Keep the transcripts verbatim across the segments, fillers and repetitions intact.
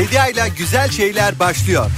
Bediayla güzel şeyler başlıyor.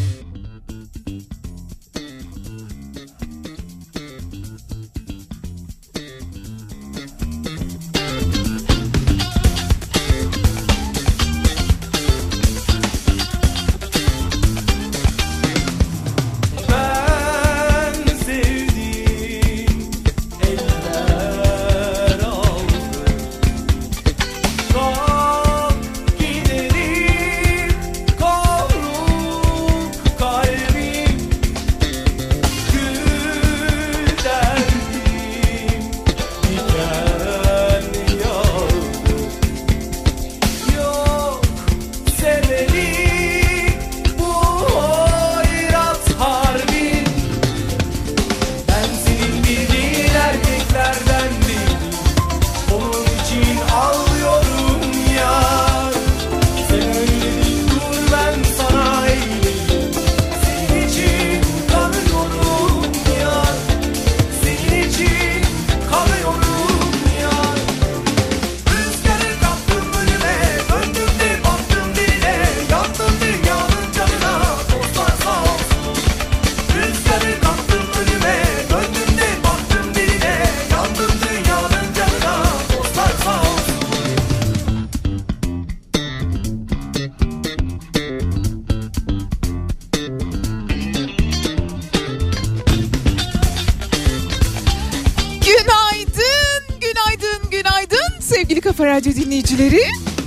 Kafa Radyo dinleyicileri.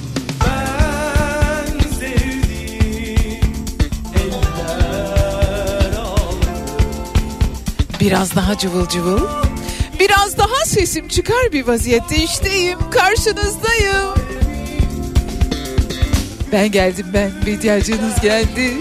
Biraz daha cıvıl cıvıl, biraz daha sesim çıkar bir vaziyette işteyim, karşınızdayım. Ben geldim ben, Bediacığınız geldi.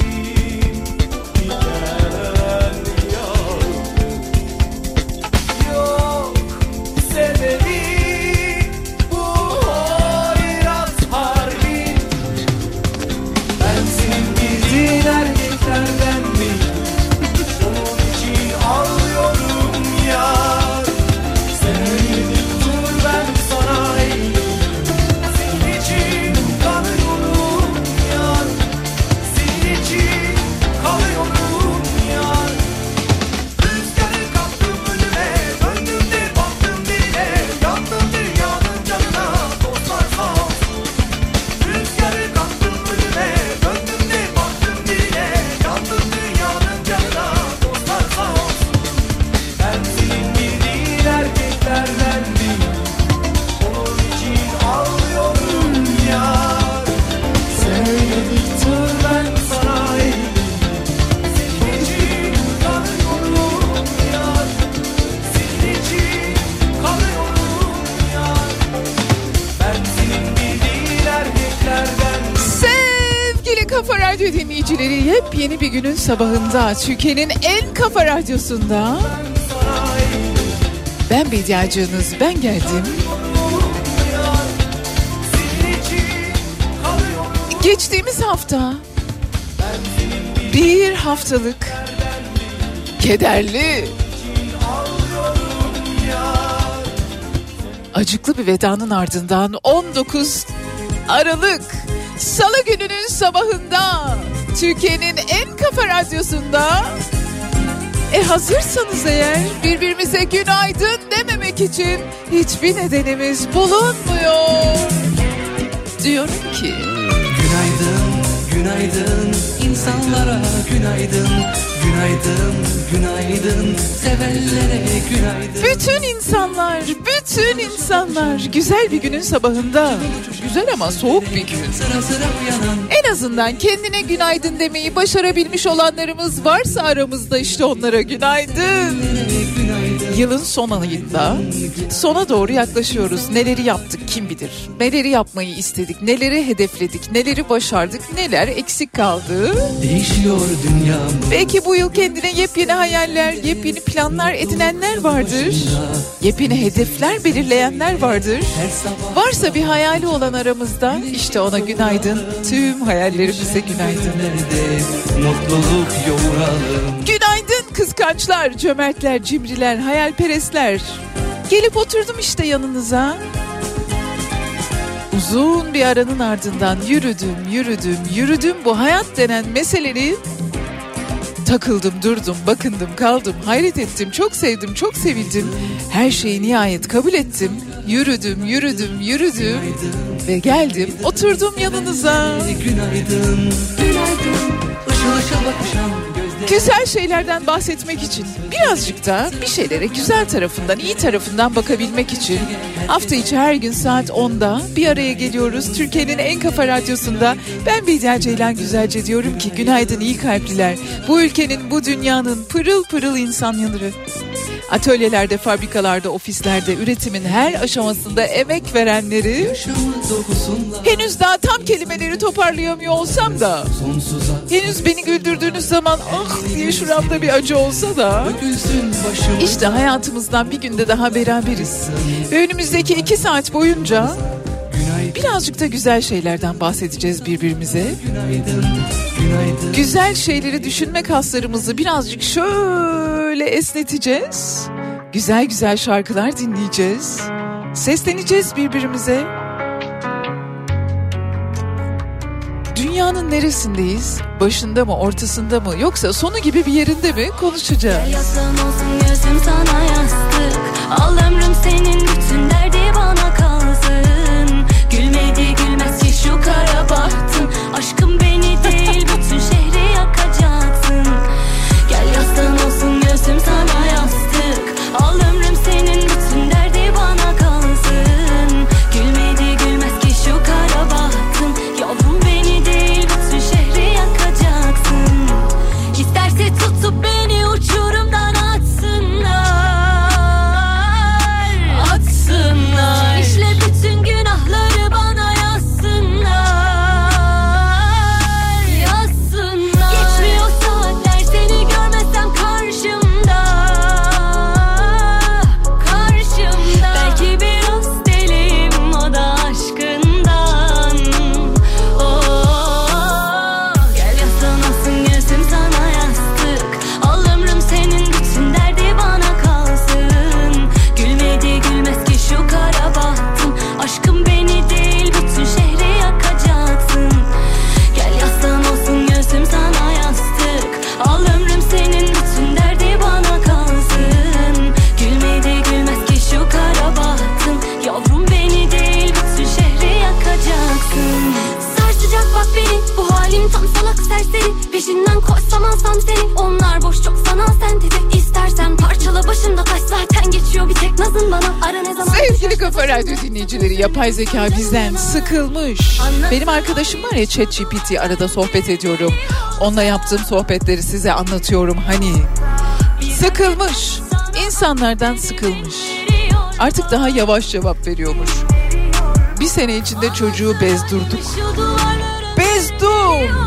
Kafa Radyo dinleyicileri, yepyeni bir günün sabahında Türkiye'nin en kafa radyosunda ben Bediacığınız, ben geldim. Geçtiğimiz hafta bir haftalık kederli, acıklı bir vedanın ardından on dokuz Aralık Salı gününün sabahında Türkiye'nin en kafa radyosunda, e hazırsanız eğer birbirimize günaydın dememek için hiçbir nedenimiz bulunmuyor. Diyorum ki günaydın, günaydın insanlara, günaydın, günaydın, günaydın sevenlere, günaydın. Bütün insanlar, bütün insanlar güzel bir günün sabahında, güzel ama soğuk bir gün, Sıra sıra uyanan, en azından kendine günaydın demeyi başarabilmiş olanlarımız varsa aramızda, işte onlara günaydın. Yılın son ayında sona doğru yaklaşıyoruz. Neleri yaptık kim bilir? Neleri yapmayı istedik? Neleri hedefledik? Neleri başardık? Neler eksik kaldı? değişiyor dünya. Belki bu yıl kendine yepyeni hayaller, yepyeni planlar edinenler vardır. Yepyeni hedefler belirleyenler vardır. Varsa bir hayali olan aramızda, işte ona günaydın. Tüm hayallerimize günaydın. Mutluluk yoğuralım. Günaydın kıskançlar, cömertler, cimriler, hayalperestler. Gelip oturdum işte yanınıza. Uzun bir aranın ardından yürüdüm, yürüdüm, yürüdüm bu hayat denen meseleleri. Takıldım, durdum, bakındım, kaldım, hayret ettim, çok sevdim, çok sevildim. Her şeyi nihayet kabul ettim. Yürüdüm, yürüdüm, yürüdüm ve geldim, oturdum yanınıza. Günaydın, günaydın. Işıl ışıl bakışan gözlerim. Güzel şeylerden bahsetmek için, birazcık da bir şeylere güzel tarafından, iyi tarafından bakabilmek için hafta içi her gün saat onda bir araya geliyoruz. Türkiye'nin en kafa radyosunda ben Bediye Ceylan Güzelce diyorum ki günaydın iyi kalpliler. Bu ülkenin, bu dünyanın pırıl pırıl insanları. Atölyelerde, fabrikalarda, ofislerde, üretimin her aşamasında emek verenleri, henüz daha tam kelimeleri toparlayamıyor olsam da, henüz beni güldürdüğünüz zaman ah diye şuramda bir acı olsa da, işte hayatımızdan bir günde daha beraberiz. Ve önümüzdeki iki saat boyunca birazcık da güzel şeylerden bahsedeceğiz birbirimize. Güzel şeyleri düşünme kaslarımızı birazcık şöyle esneteceğiz. Güzel güzel şarkılar dinleyeceğiz. Sesleneceğiz birbirimize. Dünyanın neresindeyiz? Başında mı, ortasında mı, yoksa sonu gibi bir yerinde mi konuşacağız? Gel yaslan olsun gözüm sana yastık. Al ömrüm senin bütün derdi bana kalsın. Gülmedi gülmez ki şu kara bahtım. Aşkım beni değil bütün şehri yakacaksın. Gel yaslan olsun gözüm sana yastık. Al ömrüm senin bütün derdi bana kalsın. Gülmedi gülmez ki şu kara bahtım. Yavrum beni değil bütün şehri yakacaksın. İsterse tutup beni uçurumdan atsınlar. Atsınlar. İşle bütün günahları bana yazsınlar. Yazsınlar. Geçmiyor saatler seni görmesem karşımda. Karşımda. Belki biraz deliyim o da aşkından. Oh, gel yaslan olsun gözüm sana yastık. Al ömrüm senin bütün derdi bana kalsın. Gülmedi gülmez ki şu kara bahtım. Aşkım beni değil bütün şehri yakacaksın. Gel yaslan olsun gözüm sana yastık. Al ömrüm senin bütün derdi bana kalsın. Gülmedi gülmez ki şu kara bahtım. Yavrum beni değil bütün şehri yakacaksın. Sarsacak bak beni bu halim tam salak serseri. Peşinden koşsam alsam seni. Onlar boş çok sanal sentezi. İstersen parçala başında taş zaten geçiyor bir tek nazın bana. Ara ne zaman. Sevgili Kafa Radyo dinleyicileri, yapay zeka bizden sıkılmış. Benim arkadaşım var ya, ChatGPT, arada sohbet ediyorum. Onunla yaptığım sohbetleri size anlatıyorum hani. Sıkılmış. İnsanlardan sıkılmış. Artık daha yavaş cevap veriyormuş. Bir sene içinde çocuğu bezdurduk. Bezdum.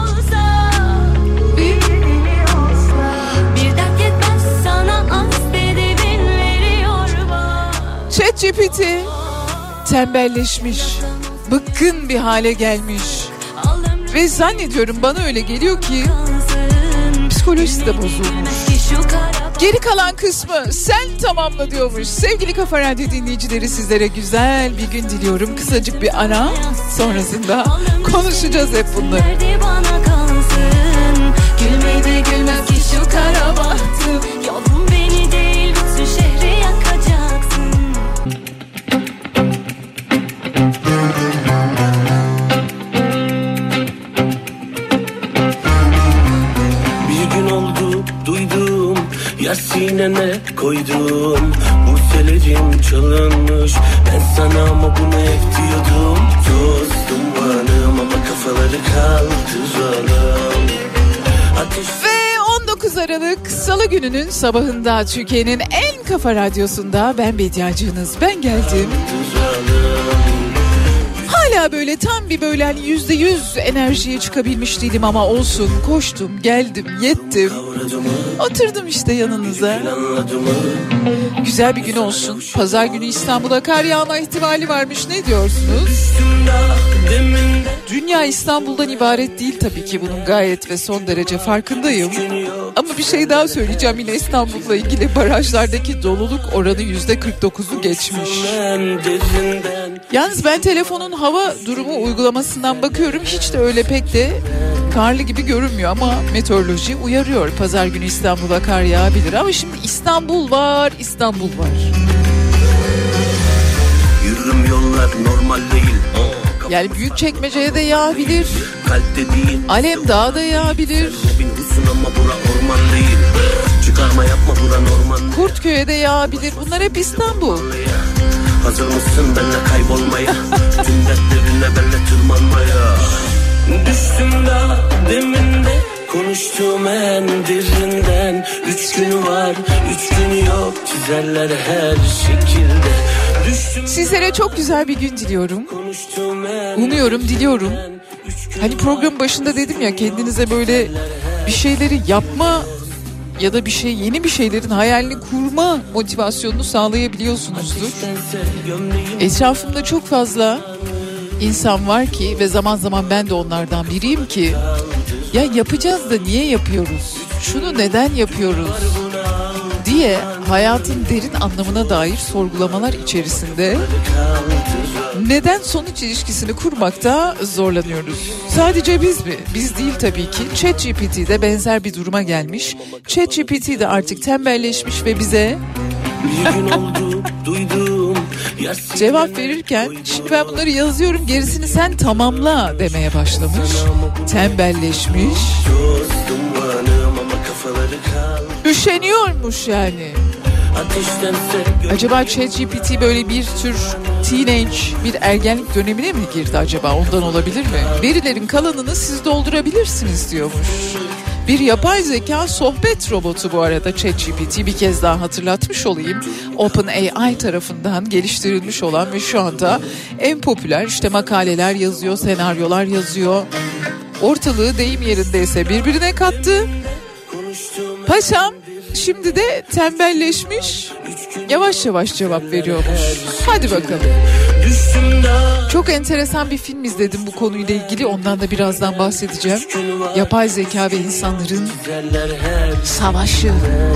Bir dert yetmez sana az dedi bin veriyor bak. ChatGPT tembelleşmiş. Bıkkın bir hale gelmiş. Ve zannediyorum, bana öyle geliyor ki psikolojisi de bozulmuş. Geri kalan kısmı sen tamamla diyormuş. Sevgili Kafa Radyo dinleyicileri, sizlere güzel bir gün diliyorum. Kısacık bir ara, sonrasında konuşacağız hep bunları. Gülmedi gülmez ki şu kara bahtım. Yavrum beni değil bütün şehri yakacaksın. Bir gün oldu duydum, ya sinene koydum. Bu selerim çalınmış, ben sana ama bunu hep diyordum. Dostum varım ama kafaları kaldıralım. Ateş... Ve on dokuz Aralık Salı gününün sabahında Türkiye'nin en kafa radyosunda ben Bediacığınız, ben geldim. Hala böyle tam bir böyle hani yüzde yüz enerjiye çıkabilmiş değilim ama olsun, koştum, geldim, yettim. Oturdum işte yanınıza. Güzel bir gün olsun. Pazar günü İstanbul'a kar yağma ihtimali varmış, ne diyorsunuz? Dünya İstanbul'dan ibaret değil tabii ki, bunun gayet ve son derece farkındayım. Ama bir şey daha söyleyeceğim yine İstanbul'la ilgili. Barajlardaki doluluk oranı yüzde kırk dokuzu geçmiş. Yalnız ben telefonun hava durumu uygulamasından bakıyorum. Hiç de öyle pek de karlı gibi görünmüyor ama meteoroloji uyarıyor. Pazar günü İstanbul'a kar yağabilir ama şimdi İstanbul var, İstanbul var. Yürürüm yollar normal değil. Yani Büyükçekmece'ye de yağabilir. Alem Dağ'da yağabilir. Çıkarma yapma bura normal. Kurtköy'e de yağabilir. Bunlar hep İstanbul. Hazır mısın benimle kaybolmaya? Tüm dertlerine benimle tırmanmaya. Düştüm da deminde konuştuğum en derinden. Üç gün var, üç gün yok. Çizerler her şekilde. Düştüm. Sizlere çok güzel bir gün diliyorum. Umuyorum, diliyorum. Hani programın başında dedim ya, kendinize böyle bir şeyleri yapma ya da bir şey, yeni bir şeylerin hayalini kurma motivasyonunu sağlayabiliyorsunuzdur. Etrafımda çok fazla insan var ki ve zaman zaman ben de onlardan biriyim ki ya yapacağız da niye yapıyoruz? Şunu neden yapıyoruz? diye hayatın derin anlamına dair sorgulamalar içerisinde neden sonuç ilişkisini kurmakta zorlanıyoruz. Sadece biz mi? Biz değil tabii ki. ChatGPT de benzer bir duruma gelmiş. ChatGPT de artık tembelleşmiş ve bize cevap verirken şimdi ben bunları yazıyorum, gerisini sen tamamla demeye başlamış. Tembelleşmiş. Üşeniyormuş yani. Acaba ChatGPT böyle bir tür teenage, bir ergenlik dönemine mi girdi acaba? Ondan olabilir mi? Verilerin kalanını siz doldurabilirsiniz diyormuş. Bir yapay zeka sohbet robotu bu arada ChatGPT, bir kez daha hatırlatmış olayım. OpenAI tarafından geliştirilmiş olan ve şu anda en popüler, işte makaleler yazıyor, senaryolar yazıyor. Ortalığı deyim yerindeyse birbirine kattı. Paşam şimdi de tembelleşmiş, yavaş yavaş cevap veriyormuş. Hadi bakalım. Çok enteresan bir film izledim bu konuyla ilgili, ondan da birazdan bahsedeceğim. Yapay zeka ve insanların savaşı.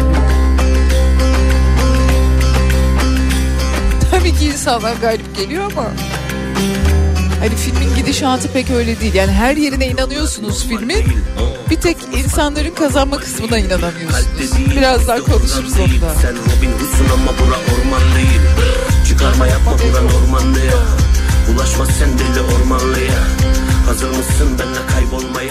Tabii ki insanlar galip geliyor ama hani filmin gidişatı pek öyle değil. Yani her yerine inanıyorsunuz filmin. Bir tek insanların kazanma kısmına inanamıyorsunuz. Birazdan konuşuruz onda. Sen Robin Hood'sun ama bura orman değil. Çıkarma yapma bura normalde ya. Bulaşma sen deli ormanlıya. Hazır mısın benimle kaybolmaya?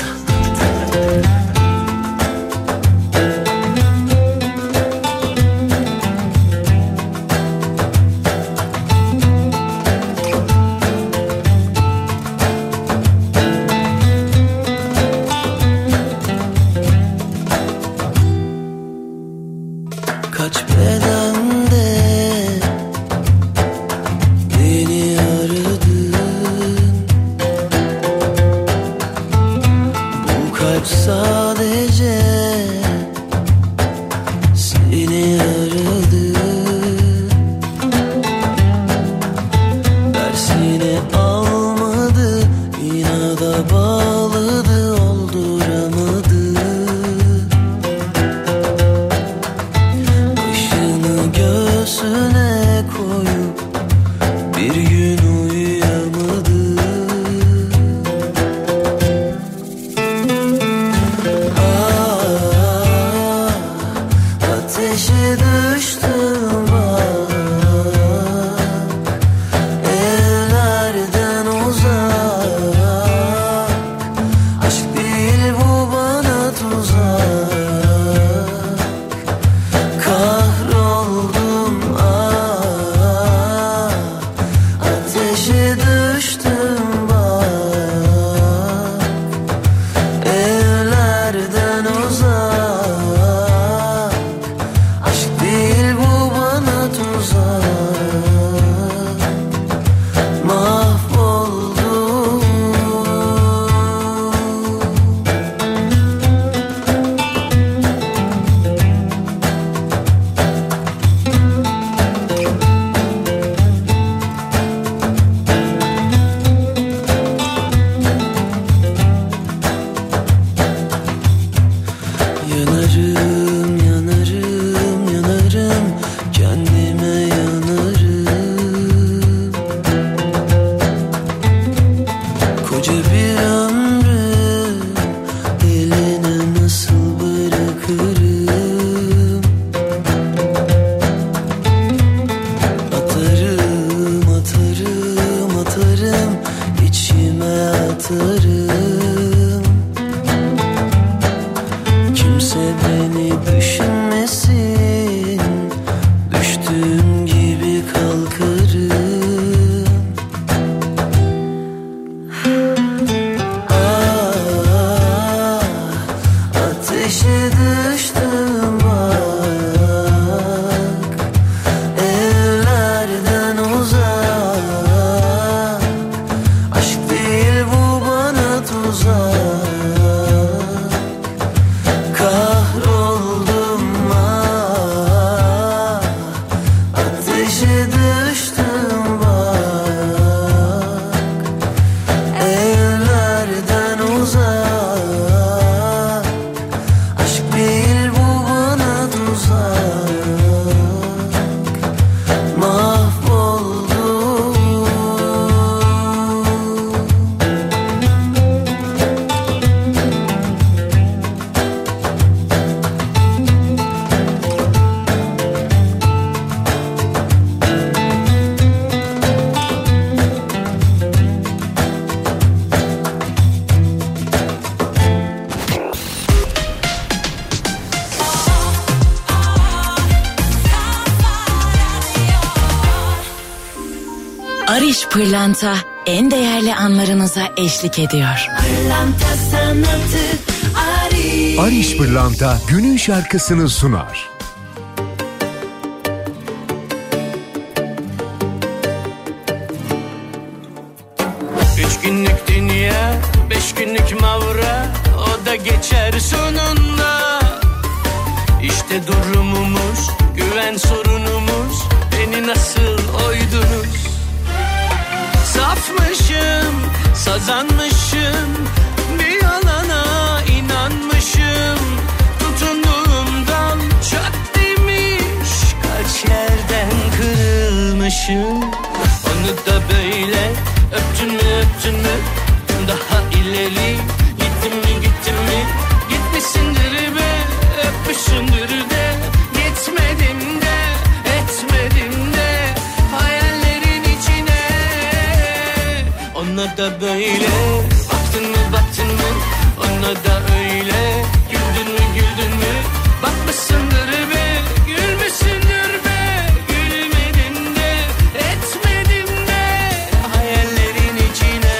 Ariş Pırlanta en değerli anlarınıza eşlik ediyor. Pırlanta sanatı Ariş. Ariş Pırlanta günün şarkısını sunar. Üç günlük dünya, beş günlük mavra, o da geçer sonunda. İşte durumumuz, güven sorunumuz, beni nasıl oydunuz? Safmışım, sazanmışım, bir yalana inanmışım. Tutunduğum dal çat demiş, kaç yerden kırılmışım. Onu da böyle öptün mü öptün mü, daha ileri gittin mi gittin mi, gitmişsindir be, öpmüşsündür de, gitmedim de, etmedim de, hayallerin içine. Ona da böyle baktın mı baktın mı, ona da öyle güldün mü güldün mü, bakmışsındır be, gülmüşsündür be, gülmedin de, etmedim de, hayallerin içine.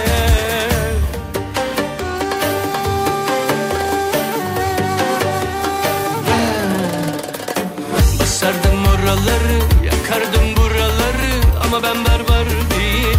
Basardım oraları, yakardım buraları, ama ben barbar değilim.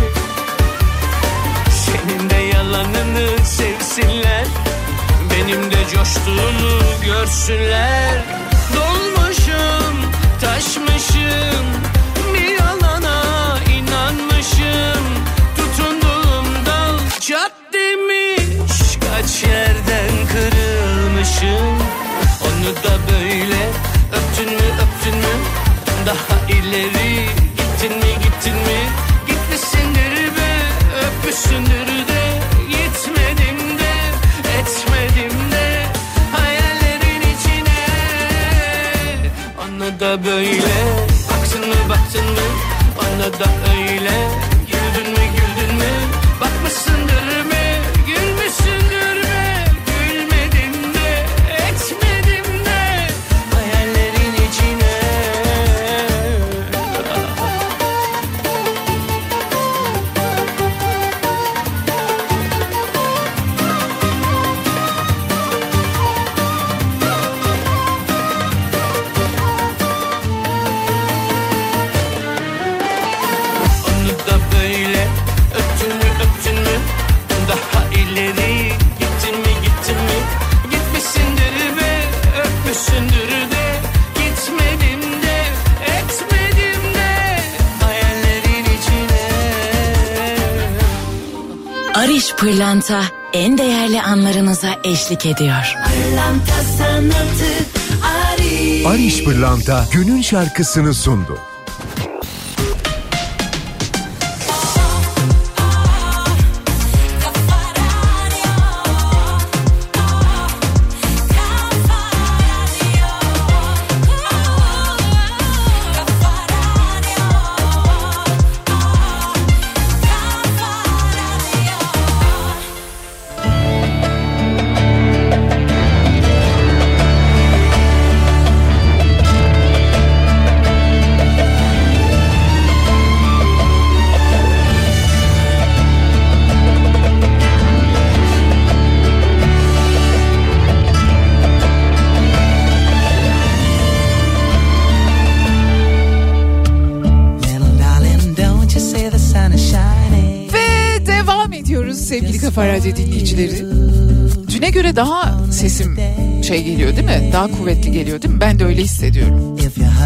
Senin de yalanını sevsinler, benim de coştuğunu görsünler. Dolmuşum, taşmışım, bir yalana inanmışım. Tutunduğum dal çat demiş, kaç yerden kırılmışım. Onu da böyle öptün mü öptün mü, daha ileri gittin mi gittin mi, gitmişsindir be, öpmüşsündür de, gitmedim de, etmedim de, hayallerin içine. Ona da böyle baktın mı baktın mı, ona da öyle güldün mü güldün mü, bakmışsındır be, gülmüşsündür be, gülmedim de, etmedim de, hayallerin içine. Onu da böyle öptün mü öptün mü, daha ileri gittin mi gittin mi, gitmişsindir be, öpmüşsündür de, gitmedim de, etmedim de, hayallerin içine. Ariş Pırlanta en değerli anlarınıza eşlik ediyor. Pırlanta sanatı Ariş. Ariş Pırlanta günün şarkısını sundu. Sevgili Kafa Radyo dinleyicileri, düne göre daha sesim şey geliyor değil mi? Daha kuvvetli geliyor değil mi? Ben de öyle hissediyorum.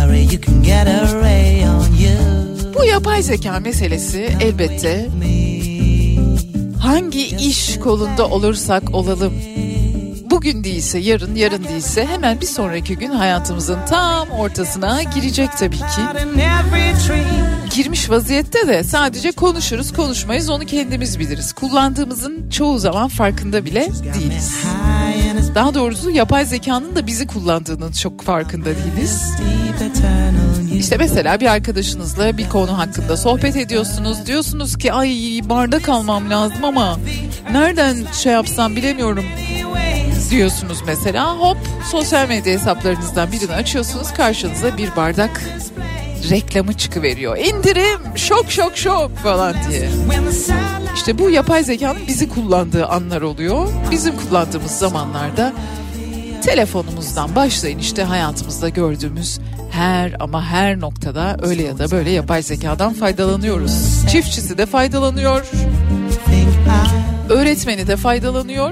Bu yapay zeka meselesi elbette hangi iş kolunda olursak olalım, bugün değilse yarın, yarın değilse hemen bir sonraki gün hayatımızın tam ortasına girecek tabii ki. Girmiş vaziyette de sadece konuşuruz konuşmayız, onu kendimiz biliriz. Kullandığımızın çoğu zaman farkında bile değiliz. Daha doğrusu yapay zekanın da bizi kullandığının çok farkında değiliz. İşte mesela bir arkadaşınızla bir konu hakkında sohbet ediyorsunuz. Diyorsunuz ki ay barda almam lazım ama nereden şey yapsam bilemiyorum diyorsunuz mesela. Hop, sosyal medya hesaplarınızdan birini açıyorsunuz. Karşınıza bir bardak reklamı çıkıveriyor. İndirim, şok şok şok falan diye. İşte bu yapay zekanın bizi kullandığı anlar oluyor. Bizim kullandığımız zamanlarda telefonumuzdan başlayın işte hayatımızda gördüğümüz her ama her noktada öyle ya da böyle yapay zekadan faydalanıyoruz. Çiftçisi de faydalanıyor. Öğretmeni de faydalanıyor.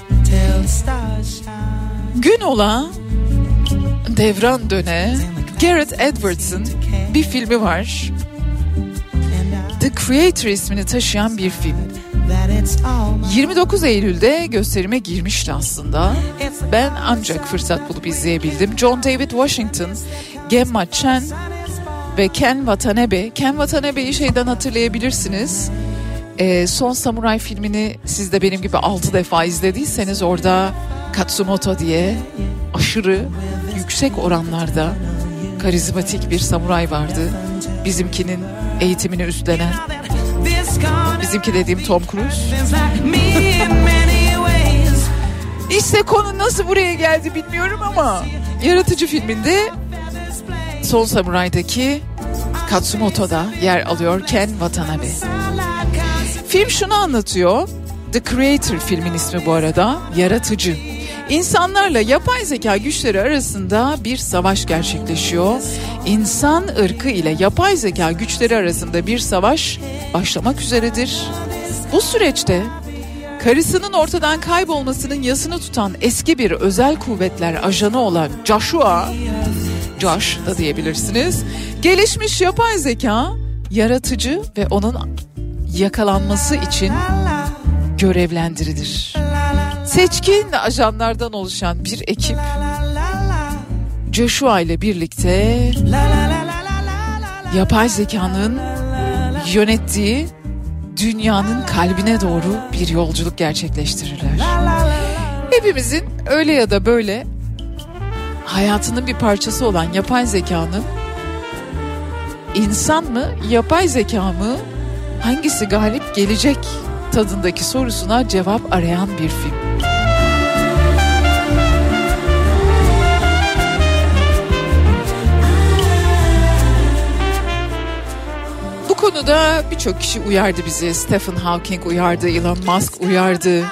Gün ola devran döne Gareth Edwards'ın bir filmi var. The Creator ismini taşıyan bir film. yirmi dokuz Eylül'de gösterime girmişti aslında. Ben ancak fırsat bulup izleyebildim. John David Washington, Gemma Chan ve Ken Watanabe. Ken Watanabe'yi şeyden hatırlayabilirsiniz. Ee, Son Samuray filmini siz de benim gibi altı defa izlediyseniz orada Katsumoto diye aşırı yüksek oranlarda karizmatik bir samuray vardı. Bizimkinin eğitimini üstlenen. Bizimki dediğim Tom Cruise. İşte konu nasıl buraya geldi bilmiyorum ama Yaratıcı filminde Son Samuray'daki Katsumoto'da yer alıyor Ken Watanabe. Film şunu anlatıyor. The Creator filmin ismi bu arada. Yaratıcı. İnsanlarla yapay zeka güçleri arasında bir savaş gerçekleşiyor. İnsan ırkı ile yapay zeka güçleri arasında bir savaş başlamak üzeredir. Bu süreçte karısının ortadan kaybolmasının yasını tutan eski bir özel kuvvetler ajanı olan Joshua, Josh da diyebilirsiniz, gelişmiş yapay zeka, yaratıcı ve onun yakalanması için görevlendirilir. Seçkin ajanlardan oluşan bir ekip Joshua ile birlikte yapay zekanın yönettiği dünyanın kalbine doğru bir yolculuk gerçekleştirirler. Hepimizin öyle ya da böyle hayatının bir parçası olan yapay zekanın insan mı, yapay zeka mı, hangisi galip gelecek tadındaki sorusuna cevap arayan bir film. Bu konuda birçok kişi uyardı bizi. Stephen Hawking uyardı, Elon Musk uyardı.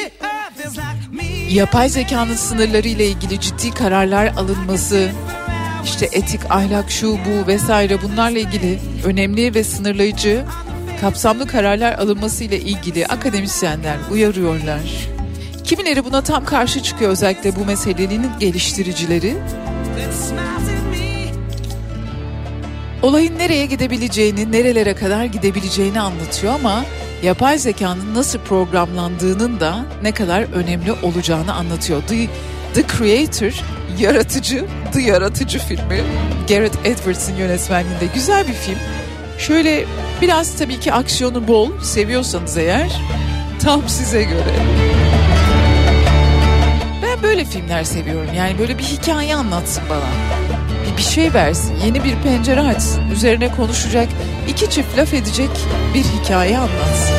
Yapay zekanın sınırları ile ilgili ciddi kararlar alınması, işte etik, ahlak, şu bu vesaire bunlarla ilgili önemli ve sınırlayıcı, kapsamlı kararlar alınması ile ilgili akademisyenler uyarıyorlar. Kimileri buna tam karşı çıkıyor, özellikle bu meselenin geliştiricileri. Olayın nereye gidebileceğini, nerelere kadar gidebileceğini anlatıyor ama yapay zekanın nasıl programlandığının da ne kadar önemli olacağını anlatıyor. The, The Creator, Yaratıcı, The Yaratıcı filmi. Gareth Edwards'ın yönetmenliğinde güzel bir film. Şöyle biraz tabii ki aksiyonu bol, seviyorsanız eğer tam size göre. Ben böyle filmler seviyorum. Yani böyle bir hikaye anlatsın bana. Bir, bir şey versin, yeni bir pencere açsın. Üzerine konuşacak, iki çift laf edecek bir hikaye anlatsın.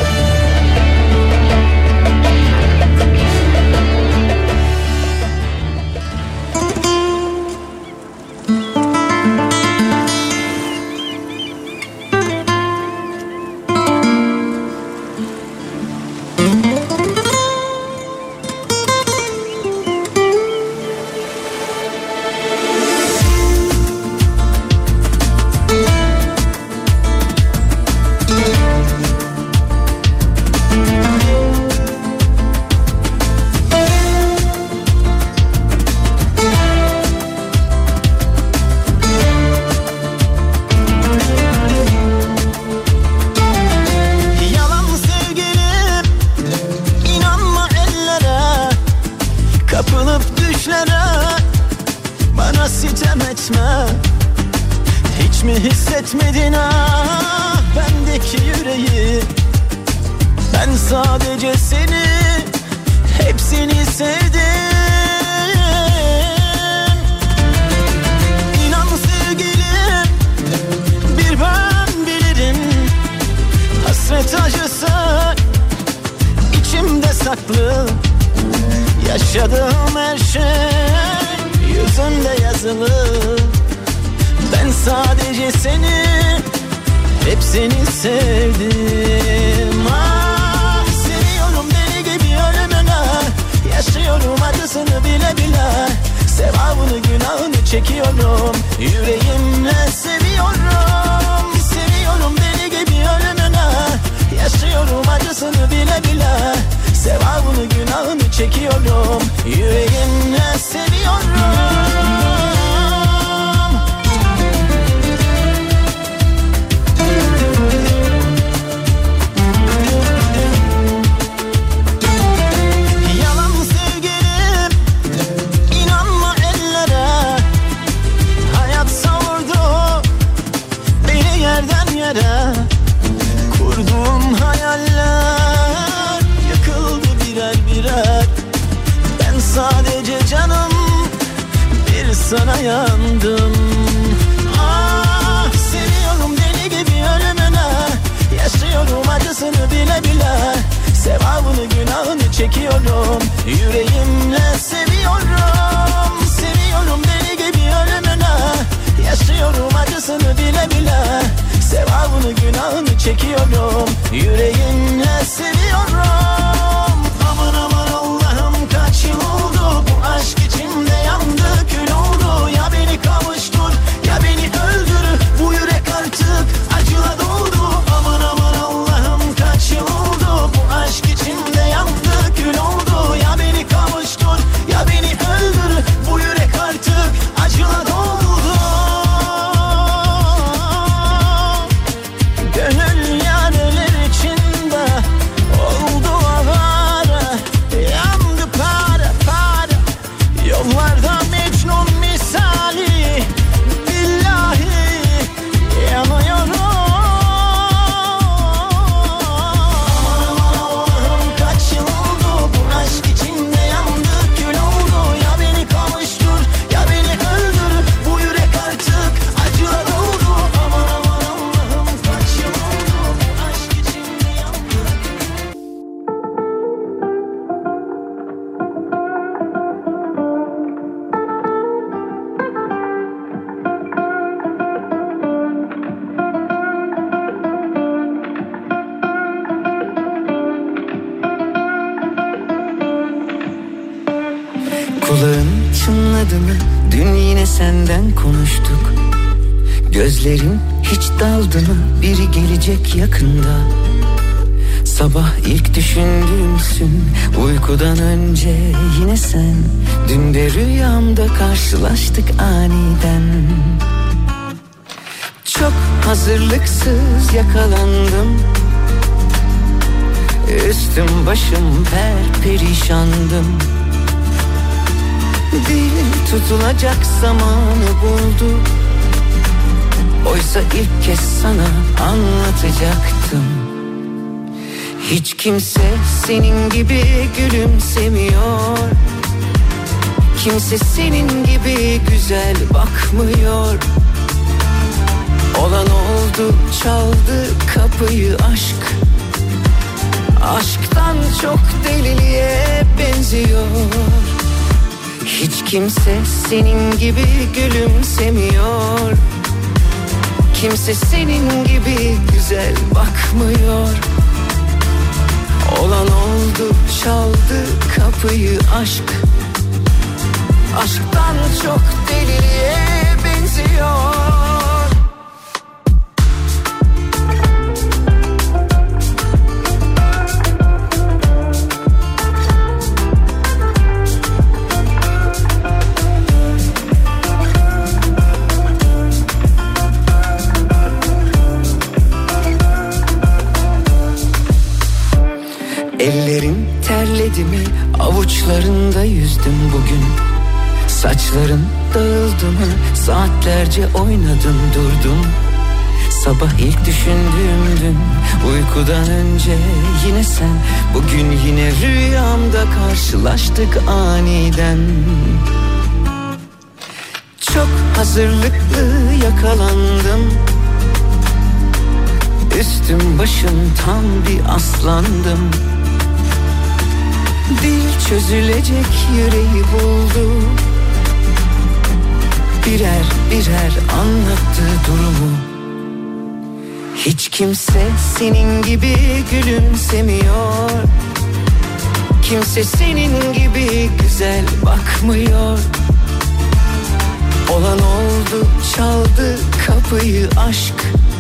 Yaşadığım her şey yüzünde yazılı. Ben sadece seni, hep seni sevdim. Ah, seviyorum deli gibi ölümüne, yaşıyorum acısını bile bile. Sevabını günahını çekiyorum, yüreğimle seviyorum. Seviyorum deli gibi ölümüne, yaşıyorum acısını bile bile. Sevabını günahını çekiyorum, yüreğimle seviyorum. Yalan sevgilim, inanma ellere. Hayat savurdu beni yerden yere. Kurduğum hayaller yıkıldı birer birer. Ben sadece canım bir sana yandım. Ah, seviyorum deli gibi ölümüne, yaşıyorum acısını bile bile. Sevabını günahını çekiyorum, yüreğimle seviyorum. Seviyorum deli gibi ölümüne, yaşıyorum acısını bile bile. Sevabını günahını çekiyorum, yüreğimle seviyorum. Aman aman Allah'ım, kaç yıl oldu bu aşk içimde yandı, kül oldu. Ya beni kavuştur ya beni öldür, bu yürek artık acıla doldu. Aman aman Allah'ım, kaç yıl oldu bu aşk içimde yandı, kül oldu. Ya beni kavuştur ya beni öldür, bu yürek artık acıla doldu. Gönül yareler içinde oldu avara, yandı para para, yollarda Mecnun misali. Billahi yanıyorum. Aman Allah'ım, kaç yıl oldu bu aşk içimde yandı, kül oldu. Ya beni kavuştur ya beni öldür, bu yürek artık acıla doldu. Aman aman Allah'ım, kaç yıl oldu bu aşk içimde yandı. Kulağın çınladı mı? Dün yine senden konuştuk. Gözlerin hiç daldı mı? Biri gelecek yakında. Sabah ilk düşündüğümsün, uykudan önce yine sen. Dün de rüyamda karşılaştık aniden. Çok hazırlıksız yakalandım. Üstüm başım perperişandım. Dil tutulacak zamanı buldu. Oysa ilk kez sana anlatacaktım. Hiç kimse senin gibi gülümsemiyor. Kimse senin gibi güzel bakmıyor. Olan oldu, çaldı kapıyı aşk. Aşktan çok deliliğe benziyor. Hiç kimse senin gibi gülümsemiyor. Kimse senin gibi güzel bakmıyor. Olan oldu, çaldı kapıyı aşk. Aşktan çok deliliğe benziyor. Ellerim terledi mi? Avuçlarında yüzdüm bugün. Saçların dağıldı mı? Saatlerce oynadım durdum. Sabah ilk düşündüğüm dün, uykudan önce yine sen. Bugün yine rüyamda karşılaştık aniden. Çok hazırlıklı yakalandım. Üstüm başım tam bir aslandım. Dil çözülecek yüreği buldu. birer birer anlattı durumu. Hiç kimse senin gibi gülümsemiyor. Kimse senin gibi güzel bakmıyor. Olan oldu, çaldı kapıyı aşk.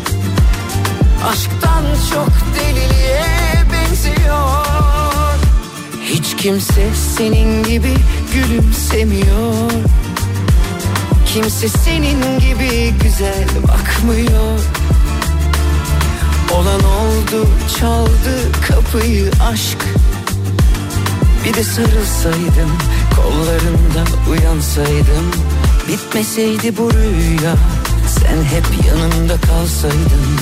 Aşktan çok deliliğe benziyor. Hiç kimse senin gibi gülümsemiyor. Kimse senin gibi güzel bakmıyor. Olan oldu, çaldı kapıyı aşk. Bir de sarılsaydım, kollarından uyansaydım. Bitmeseydi bu rüya, sen hep yanımda kalsaydın.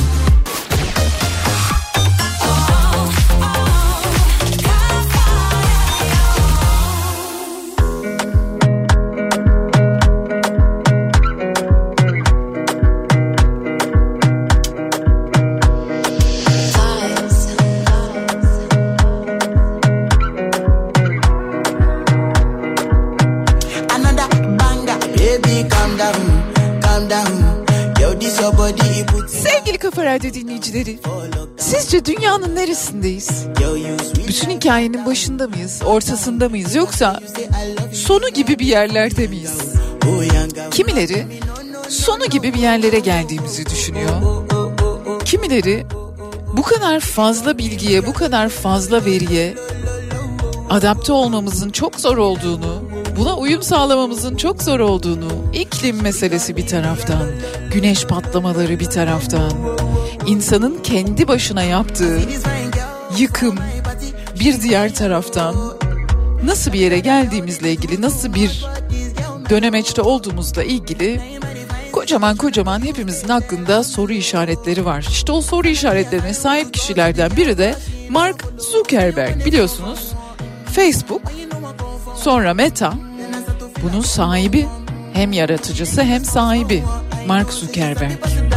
Sevgili Kafa Radyo dinleyicileri, sizce dünyanın neresindeyiz? Bütün hikayenin başında mıyız, ortasında mıyız, yoksa sonu gibi bir yerlerde miyiz? Kimileri sonu gibi bir yerlere geldiğimizi düşünüyor. Kimileri bu kadar fazla bilgiye, bu kadar fazla veriye adapte olmamızın çok zor olduğunu, buna uyum sağlamamızın çok zor olduğunu, iklim meselesi bir taraftan, güneş patlamaları bir taraftan, insanın kendi başına yaptığı yıkım bir diğer taraftan, nasıl bir yere geldiğimizle ilgili, nasıl bir dönemeçte olduğumuzla ilgili kocaman kocaman hepimizin aklında soru işaretleri var. İşte o soru işaretlerine sahip kişilerden biri de Mark Zuckerberg, biliyorsunuz. Facebook, sonra Meta, bunun sahibi, hem yaratıcısı hem sahibi Mark Zuckerberg.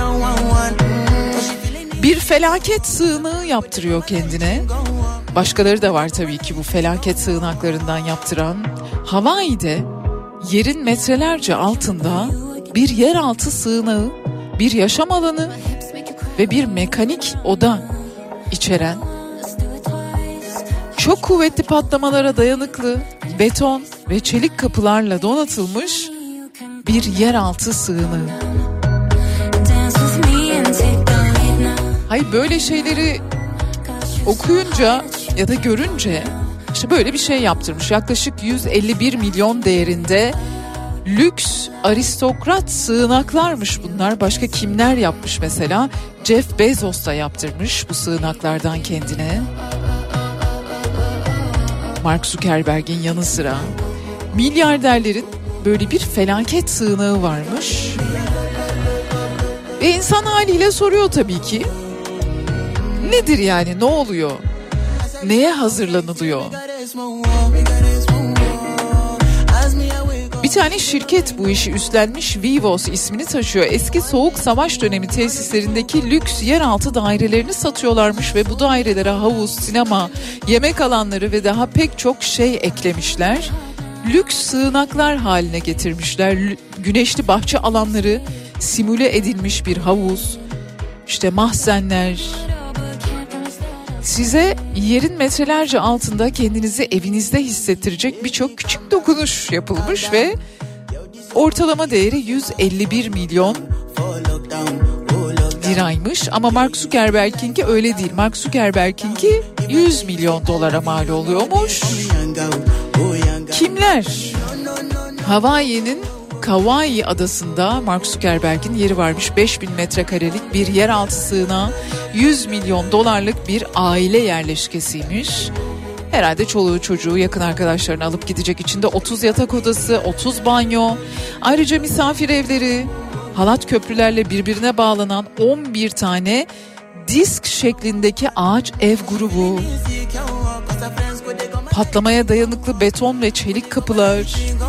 Bir felaket sığınağı yaptırıyor kendine. Başkaları da var tabii ki bu felaket sığınaklarından yaptıran. Hawaii'de yerin metrelerce altında bir yeraltı sığınağı, bir yaşam alanı ve bir mekanik oda içeren, çok kuvvetli patlamalara dayanıklı beton ve çelik kapılarla donatılmış bir yeraltı sığınağı. Hayır, böyle şeyleri okuyunca ya da görünce işte böyle bir şey yaptırmış. Yaklaşık yüz elli bir milyon değerinde lüks aristokrat sığınaklarmış bunlar. Başka kimler yapmış mesela? Jeff Bezos da yaptırmış bu sığınaklardan kendine. Mark Zuckerberg'in yanı sıra milyarderlerin böyle bir felaket sığınağı varmış. Ve insan haliyle soruyor tabii ki. Nedir yani, ne oluyor? Neye hazırlanılıyor? Bir tane şirket bu işi üstlenmiş, Vivos ismini taşıyor. Eski Soğuk Savaş dönemi tesislerindeki lüks yeraltı dairelerini satıyorlarmış ve bu dairelere havuz, sinema, yemek alanları ve daha pek çok şey eklemişler. Lüks sığınaklar haline getirmişler. Güneşli bahçe alanları, simüle edilmiş bir havuz, işte mahzenler. Size yerin metrelerce altında kendinizi evinizde hissettirecek birçok küçük dokunuş yapılmış ve ortalama değeri yüz elli bir milyon liraymış. Ama Mark Zuckerberg'inki öyle değil. Mark Zuckerberg'inki yüz milyon dolara mal oluyormuş. Kimler? Hawaii'nin Kauai adasında Mark Zuckerberg'in yeri varmış. beş bin metrekarelik bir yeraltı sığınağı, yüz milyon dolarlık bir aile yerleşkesiymiş. Herhalde çoluğu çocuğu, yakın arkadaşlarını alıp gidecek, içinde otuz yatak odası, otuz banyo, ayrıca misafir evleri, halat köprülerle birbirine bağlanan on bir tane disk şeklindeki ağaç ev grubu, patlamaya dayanıklı beton ve çelik kapılar.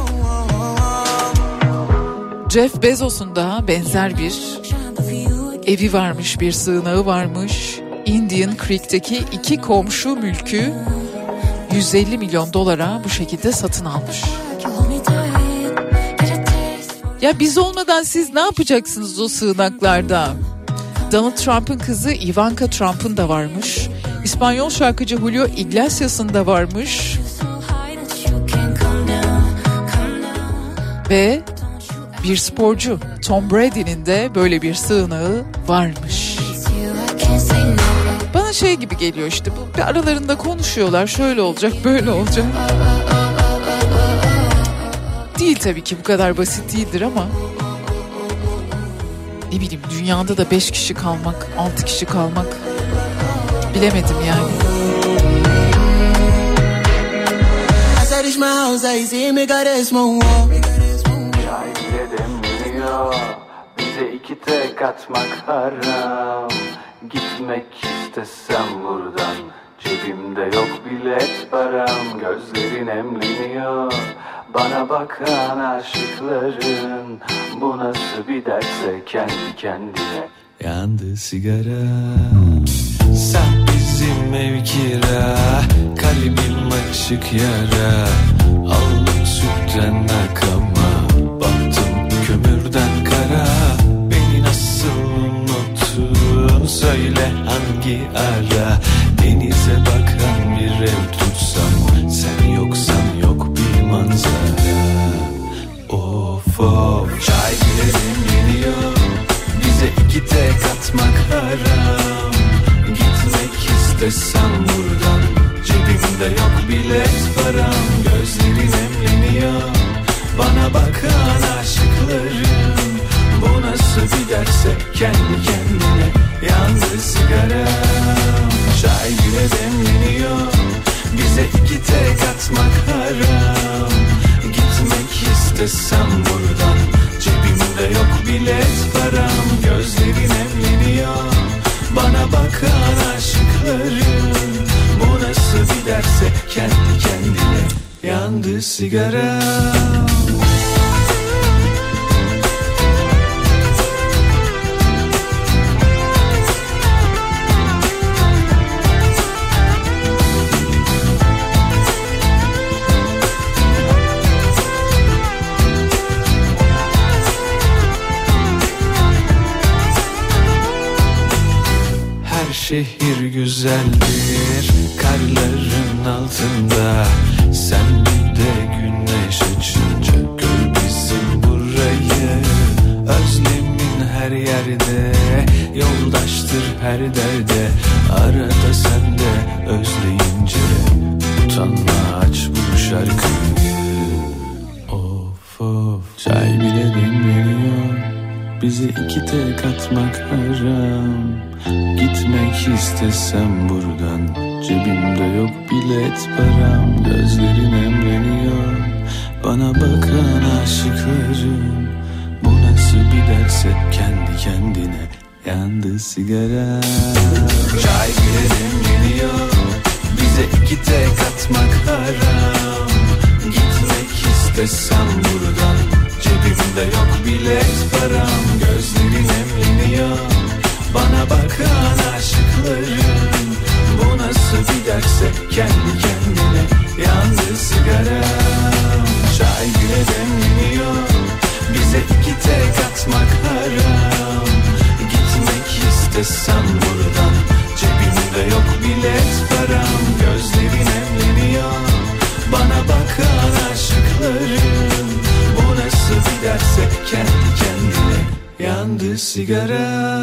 Jeff Bezos'un da benzer bir evi varmış, bir sığınağı varmış. Indian Creek'teki iki komşu mülkü yüz elli milyon dolara bu şekilde satın almış. Ya biz olmadan siz ne yapacaksınız o sığınaklarda? Donald Trump'ın kızı Ivanka Trump'ın da varmış. İspanyol şarkıcı Julio Iglesias'ın da varmış. Ve bir sporcu Tom Brady'nin de böyle bir sığınağı varmış. Bana şey gibi geliyor işte, bu bir aralarında konuşuyorlar, şöyle olacak böyle olacak. Değil tabii ki, bu kadar basit değildir ama ne bileyim, dünyada da beş kişi kalmak, altı kişi kalmak bilemedim yani. Çay demliyor, bize iki tek atmak haram. Gitmek istesem buradan, cebimde yok bilet param. Gözlerin emleniyor, bana bakan aşıkların. Bu nasıl bir derse kendi kendine. Yandı sigara, sen bizim ev kira, kalbim açık yara. Aldım sütten akama, baktım kömürden kara. Beni nasıl unuttun, söyle hangi ara. Denize bakan bir ev tutsam, sen yoksan yok bir manzara. Of of, çay bile demleniyor, bize iki tek atmak haram. Gitmek istesem buradan, cebimde yok bilet param. Gözlerin emleniyor, bana bakan aşıkların. Bu nasıl bir derse kendi kendine. Yandı sigara, çay bile demleniyor, bize iki tek atmak haram. Gitmek istesem buradan, cebimde yok bilet param. Gözlerin emleniyor, bana bakan aşıkların. Bu nasıl bir derse kendi kendine. Yandı sigara. Şehir güzeldir karların altında. Sen bir de güneş açınca gör bizim burayı. Özlemin her yerde, yoldaştır her derde. Arada sen de özleyince utanma, aç bu şarkıyı. Of of, çay bile demleniyor, bize iki tek atmak haram. Gitmek istesem buradan, cebimde yok bilet param. Gözlerin emleniyor, bana bakan aşıkların. Bu nasıl bir derse kendi kendine. Yandı sigara, çay bile demleniyor, bize iki tek atmak haram. Gitmek istesem buradan, cebimde yok bilet param. Gözlerin emleniyor, bana bakan aşıkların. Bu nasıl bir derse kendi kendine. Yandı sigara, çay bile demleniyor, bize iki tek atmak haram. Gitmek istesem buradan, cebimde yok bilet param. Gözlerin emleniyor, bana bakan aşıkların. Bu nasıl bir derse kendi kendine. Yandı sigara.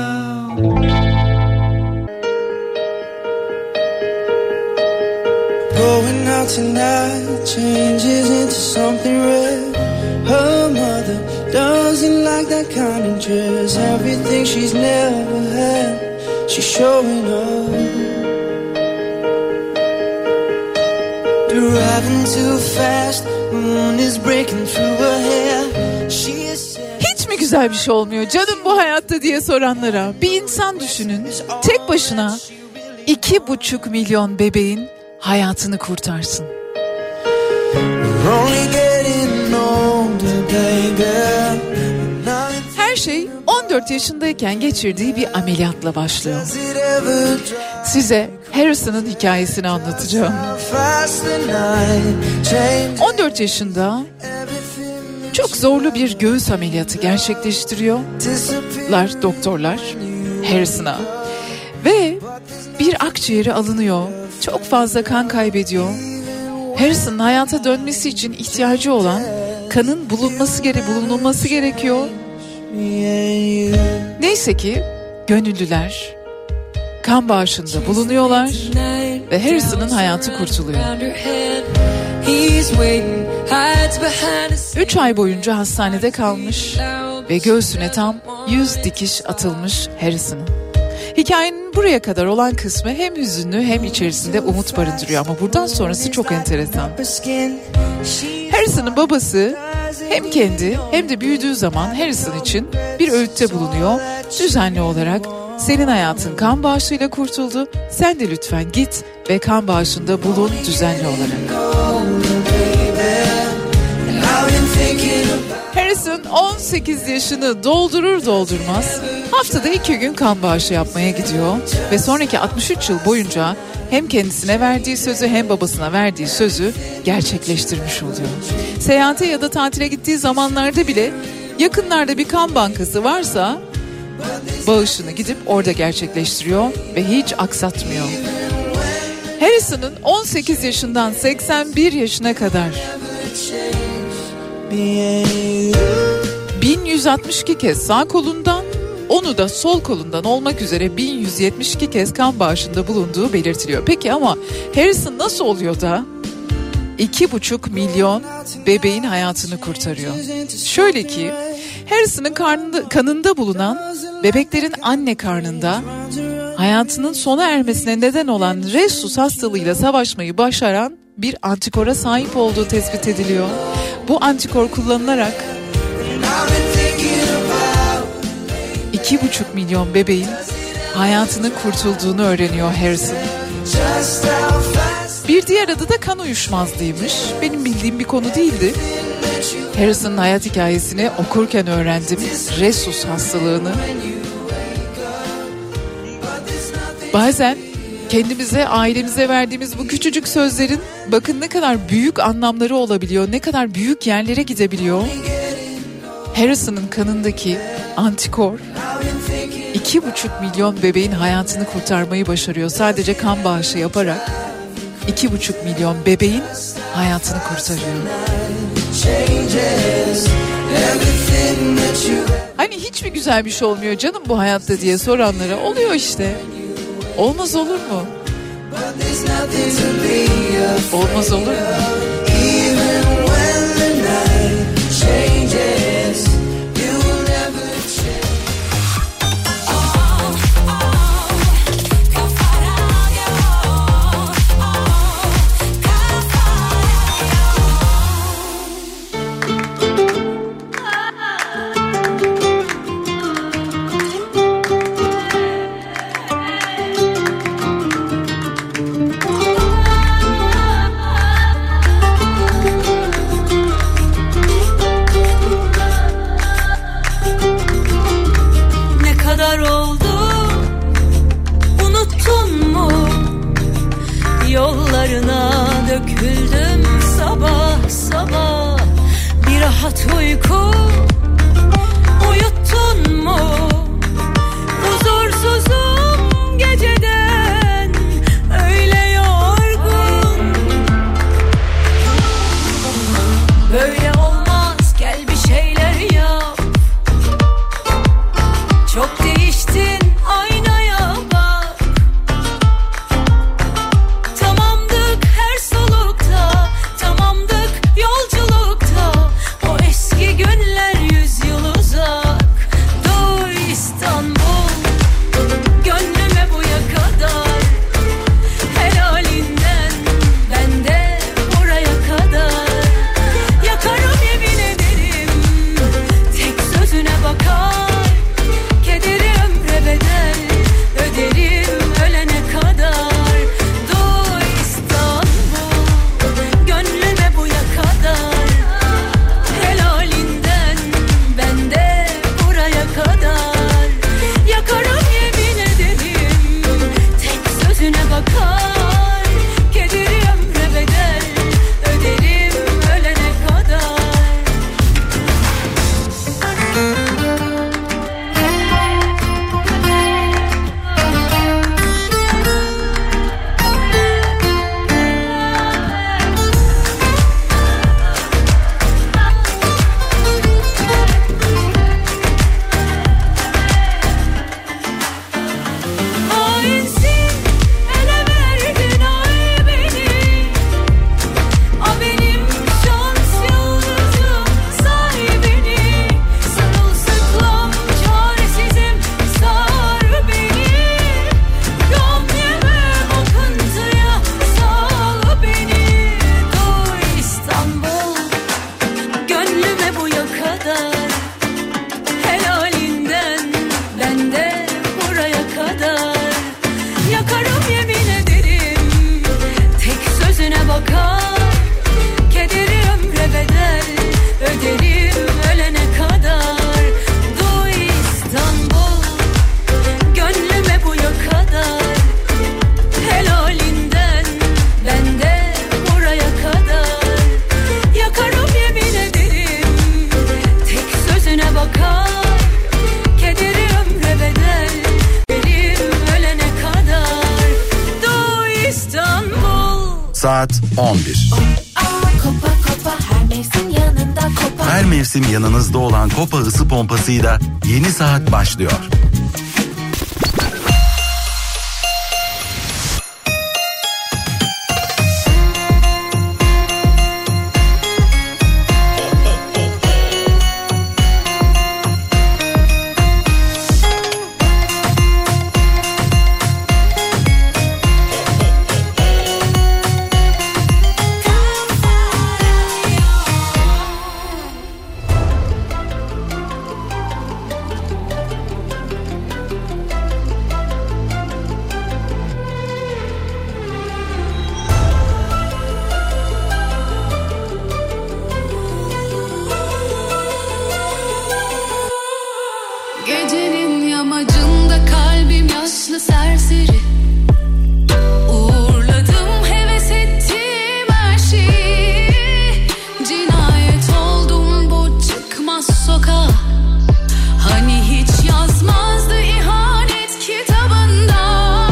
Going out tonight changes into something red. Her mother doesn't like that kind of dress. Everything she's never had, she's showing up. Driving too fast, moon is breaking through her hair. She is Hiç mi güzel bir şey olmuyor canım bu hayatta diye soranlara bir insan düşünün. Tek başına iki buçuk milyon bebeğin hayatını kurtarsın. Her şey on dört yaşındayken geçirdiği bir ameliyatla başlıyor. Size Harrison'ın hikayesini anlatacağım. on dört yaşında Çok zorlu bir göğüs ameliyatı gerçekleştiriyorlar doktorlar Harrison'a. Ve bir akciğeri alınıyor. Çok fazla kan kaybediyor. Harrison'ın hayata dönmesi için ihtiyacı olan kanın bulunması gere bulunulması gerekiyor. Neyse ki gönüllüler kan bağışında bulunuyorlar ve Harrison'ın hayatı kurtuluyor. Üç ay boyunca hastanede kalmış ve göğsüne tam yüz dikiş atılmış Harrison'ın. Hikayenin buraya kadar olan kısmı hem hüzünlü hem içerisinde umut barındırıyor ama buradan sonrası çok enteresan. Harrison'ın babası hem kendi hem de büyüdüğü zaman Harrison için bir öğütte bulunuyor. Düzenli olarak senin hayatın kan bağışıyla kurtuldu. Sen de lütfen git ve kan bağışında bulun düzenli olarak. Harrison on sekiz yaşını doldurur doldurmaz haftada iki gün kan bağışı yapmaya gidiyor ve sonraki altmış üç yıl boyunca hem kendisine verdiği sözü hem babasına verdiği sözü gerçekleştirmiş oluyor. Seyahate ya da tatile gittiği zamanlarda bile yakınlarda bir kan bankası varsa bağışını gidip orada gerçekleştiriyor ve hiç aksatmıyor. Harrison'ın on sekiz yaşından seksen bir yaşına kadar bin yüz altmış iki kez sağ kolundan, onu da sol kolundan olmak üzere bin yüz yetmiş iki kez kan bağışında bulunduğu belirtiliyor. Peki ama Harrison nasıl oluyor da iki buçuk milyon bebeğin hayatını kurtarıyor? Şöyle ki Harrison'ın karnında, kanında bulunan bebeklerin anne karnında hayatının sona ermesine neden olan Rhesus hastalığıyla savaşmayı başaran bir antikora sahip olduğu tespit ediliyor. Bu antikor kullanılarak iki buçuk milyon bebeğin hayatını kurtulduğunu öğreniyor Harrison. Bir diğer adı da kan uyuşmazlığıymış. Benim bildiğim bir konu değildi. Harrison'ın hayat hikayesini okurken öğrendim. Rhesus hastalığını. Bazen kendimize, ailemize verdiğimiz bu küçücük sözlerin bakın ne kadar büyük anlamları olabiliyor, ne kadar büyük yerlere gidebiliyor. Harrison'ın kanındaki antikor iki buçuk milyon bebeğin hayatını kurtarmayı başarıyor. Sadece kan bağışı yaparak iki buçuk milyon bebeğin hayatını kurtarıyor. Hani hiç mi güzel bir şey olmuyor canım bu hayatta diye soranlara oluyor işte. Olmaz olur mu? Olmaz olur mu? Döküldüm sabah sabah bir rahat uyku uyuttun mu? Huzursuzum geceden öyle yorgun. Böyle olmaz gel bir şeyler yap. Çok değiştin aynaya bak. Tamamdık her solukta, tamamdık yolculukta. O eski günler yüz yıl uzak. Duy İstanbul, gönlüme buya kadar. Helalinden ben de buraya kadar. Yakarım saat on bir. Kopa kopa her mevsim yanında kopa. Her mevsim yanınızda olan Kopa ısı pompasıyla yeni saat başlıyor. Gecenin yamacında kalbim yaşlı serseri. Uğurladım, heves ettim her şeyi. Cinayet oldum bu çıkmaz sokağa. Hani hiç yazmazdı ihanet kitabında.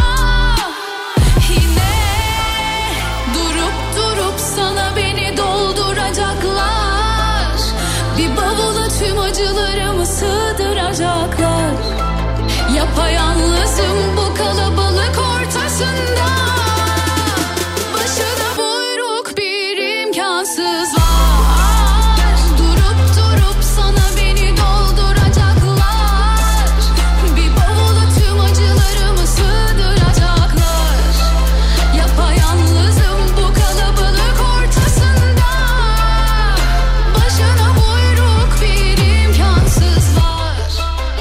Yine durup durup sana beni dolduracaklar. Bir bavula tüm acılarımı sığdıracaklar. Yapayalnızım bu kalabalık ortasında. Başına buyruk bir imkansız var. Durup durup sana beni dolduracaklar. Bir bavula tüm acılarımı sığdıracaklar. Yapayalnızım bu kalabalık ortasında. Başına buyruk bir imkansız var.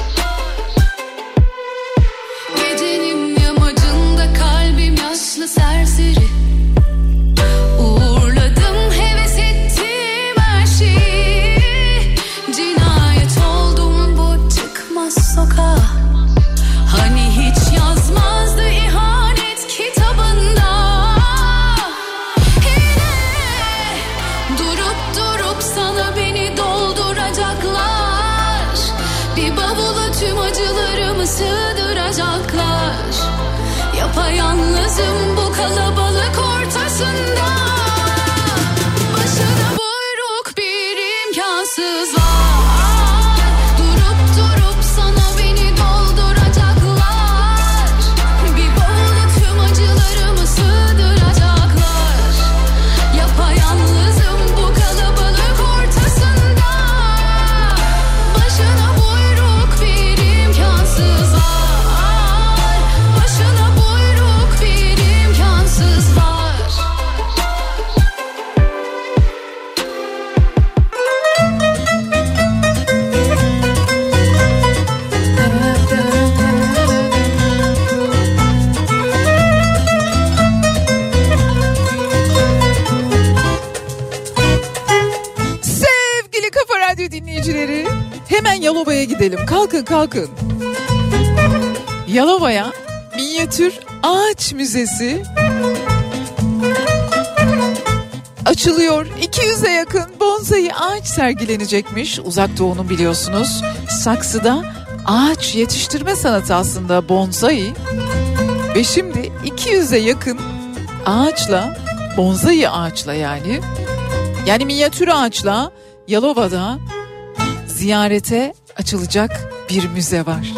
Gecenin yamacında kalbim yaşlı serseri. Uğurladım, heves ettim her şeyi. Cinayet oldum bu çıkmaz sokağa. Hani hiç yazmazdı ihanet kitabında. Yine durup durup sana beni dolduracaklar. Bir bavula tüm acılarımı sığdıracaklar. Yapayalnızım bu kalabalık ortasında. Başına buyruk bir imkansız var. Durup durup sana beni dolduracaklar. Bir bavula tüm acılarımı sığdıracaklar. Yapayalnızım bu kalabalık ortasında. Başına buyruk bir imkansız var. Başına buyruk bir imkansız var. Sevgili Kafa Radyo dinleyicileri, hemen Yalova'ya gidelim. Kalkın kalkın. Yalova'ya minyatür ağaç müzesi açılıyor. iki yüze yakın bonsai ağaç sergilenecekmiş. Uzak Doğu'nun biliyorsunuz saksıda ağaç yetiştirme sanatı aslında bonsai. Ve şimdi iki yüze yakın ağaçla, bonsai ağaçla yani, yani minyatür ağaçla Yalova'da ziyarete açılacak bir müze var.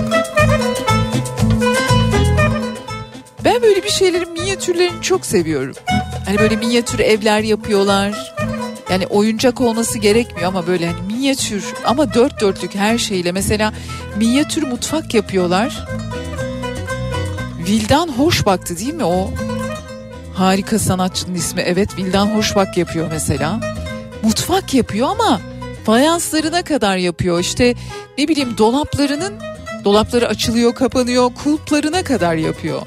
Ben böyle bir şeylerin minyatürlerini çok seviyorum. Hani böyle minyatür evler yapıyorlar. Yani oyuncak olması gerekmiyor ama böyle hani minyatür ama dört dörtlük her şeyle. Mesela minyatür mutfak yapıyorlar. Vildan Hoşbak'tı değil mi o? Harika sanatçının ismi. Evet, Vildan Hoşbak yapıyor mesela. Mutfak yapıyor ama fayanslarına kadar yapıyor. İşte ne bileyim dolaplarının, dolapları açılıyor kapanıyor, kulplarına kadar yapıyor.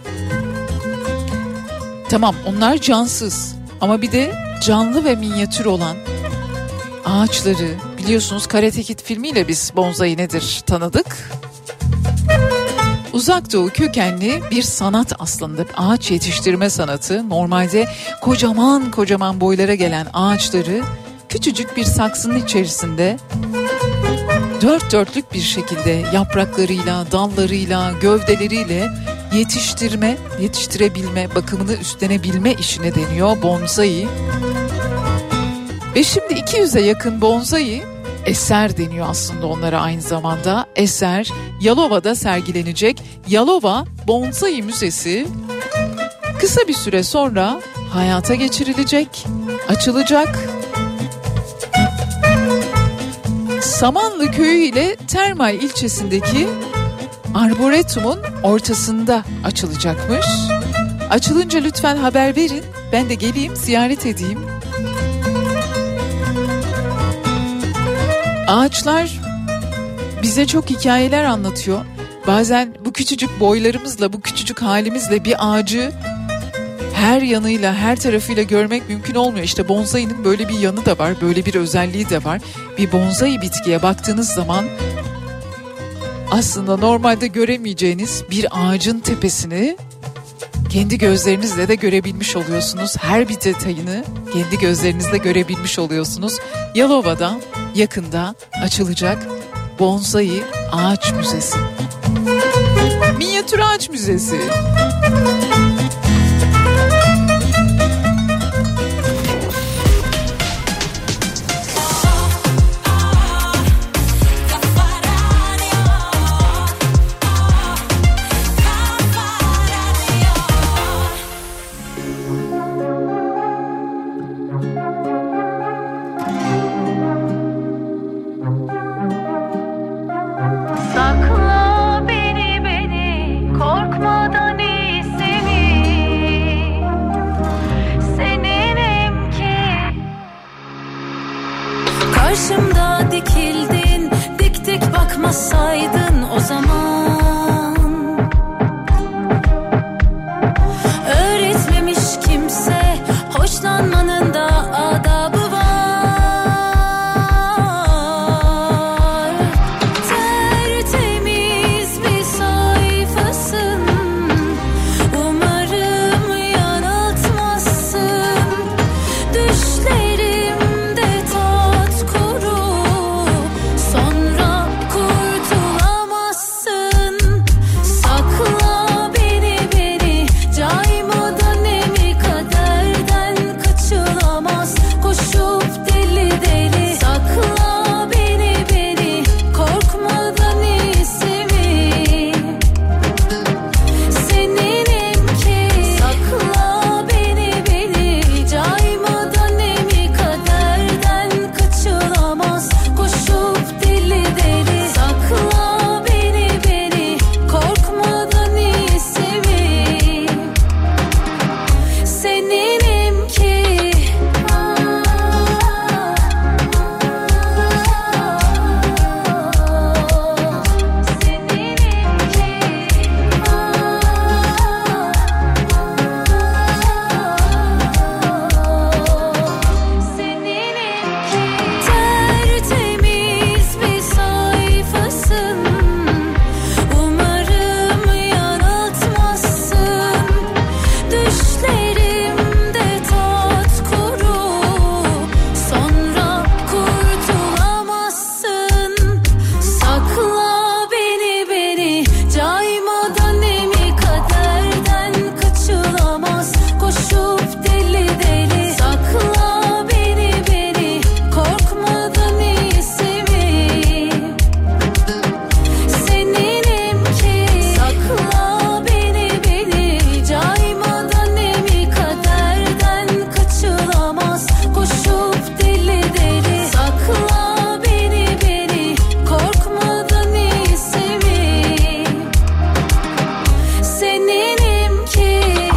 Tamam, onlar cansız ama bir de canlı ve minyatür olan ağaçları, biliyorsunuz Karate Kid filmiyle biz bonsai nedir tanıdık. Uzak Doğu kökenli bir sanat aslında, ağaç yetiştirme sanatı. Normalde kocaman kocaman boylara gelen ağaçları küçücük bir saksının içerisinde dört dörtlük bir şekilde yapraklarıyla, dallarıyla, gövdeleriyle yetiştirme, yetiştirebilme, bakımını üstlenebilme işine deniyor bonsai. Ve şimdi iki yüze yakın bonsai eser deniyor aslında onlara aynı zamanda. Eser Yalova'da sergilenecek. Yalova Bonsai Müzesi kısa bir süre sonra hayata geçirilecek, açılacak. Samanlı Köyü ile Termal ilçesindeki Arboretum'un ortasında açılacakmış. Açılınca lütfen haber verin. Ben de geleyim, ziyaret edeyim. Ağaçlar bize çok hikayeler anlatıyor. Bazen bu küçücük boylarımızla, bu küçücük halimizle bir ağacı her yanıyla, her tarafıyla görmek mümkün olmuyor. İşte bonsai'nin böyle bir yanı da var, böyle bir özelliği de var. Bir bonsai bitkiye baktığınız zaman aslında normalde göremeyeceğiniz bir ağacın tepesini kendi gözlerinizle de görebilmiş oluyorsunuz. Her bir detayını kendi gözlerinizle görebilmiş oluyorsunuz. Yalova'da yakında açılacak Bonsai Ağaç Müzesi. Minyatür Ağaç Müzesi. Karşımda dikildin, dik dik bakmasaydın o zaman. Öğretmemiş kimse hoşlanmanın da adabı var. Tertemiz bir sayfasın, umarım yanıltmazsın. Düşlerimde tat kuru, sonra kurtulamazsın. Sakla beni beni, caymadan emi kaderden kaçılamaz. Koşup deli deli, sakla beni beni, korkmadan iyisimi seninim ki. Sakla beni beni, caymadan emi kaderden kaçılamaz. Koşup deli deli, sakla beni beni, korkmadan iyisimi seninim ki. Tertemiz bir sayfasın, umarım yanıltmazsın. Düşlerimde tat kuru, sonra kurtulamazsın. Sakla beni beni, caymadan emi kaderden kaçılamaz. Koşup deli deli, sakla beni beni, korkmadan iyisimi seninim ki. Sakla beni beni, caymadan emi kaderden kaçılamaz. Koşup deli deli, sakla beni beni, korkmadan iyisimi seninim ki.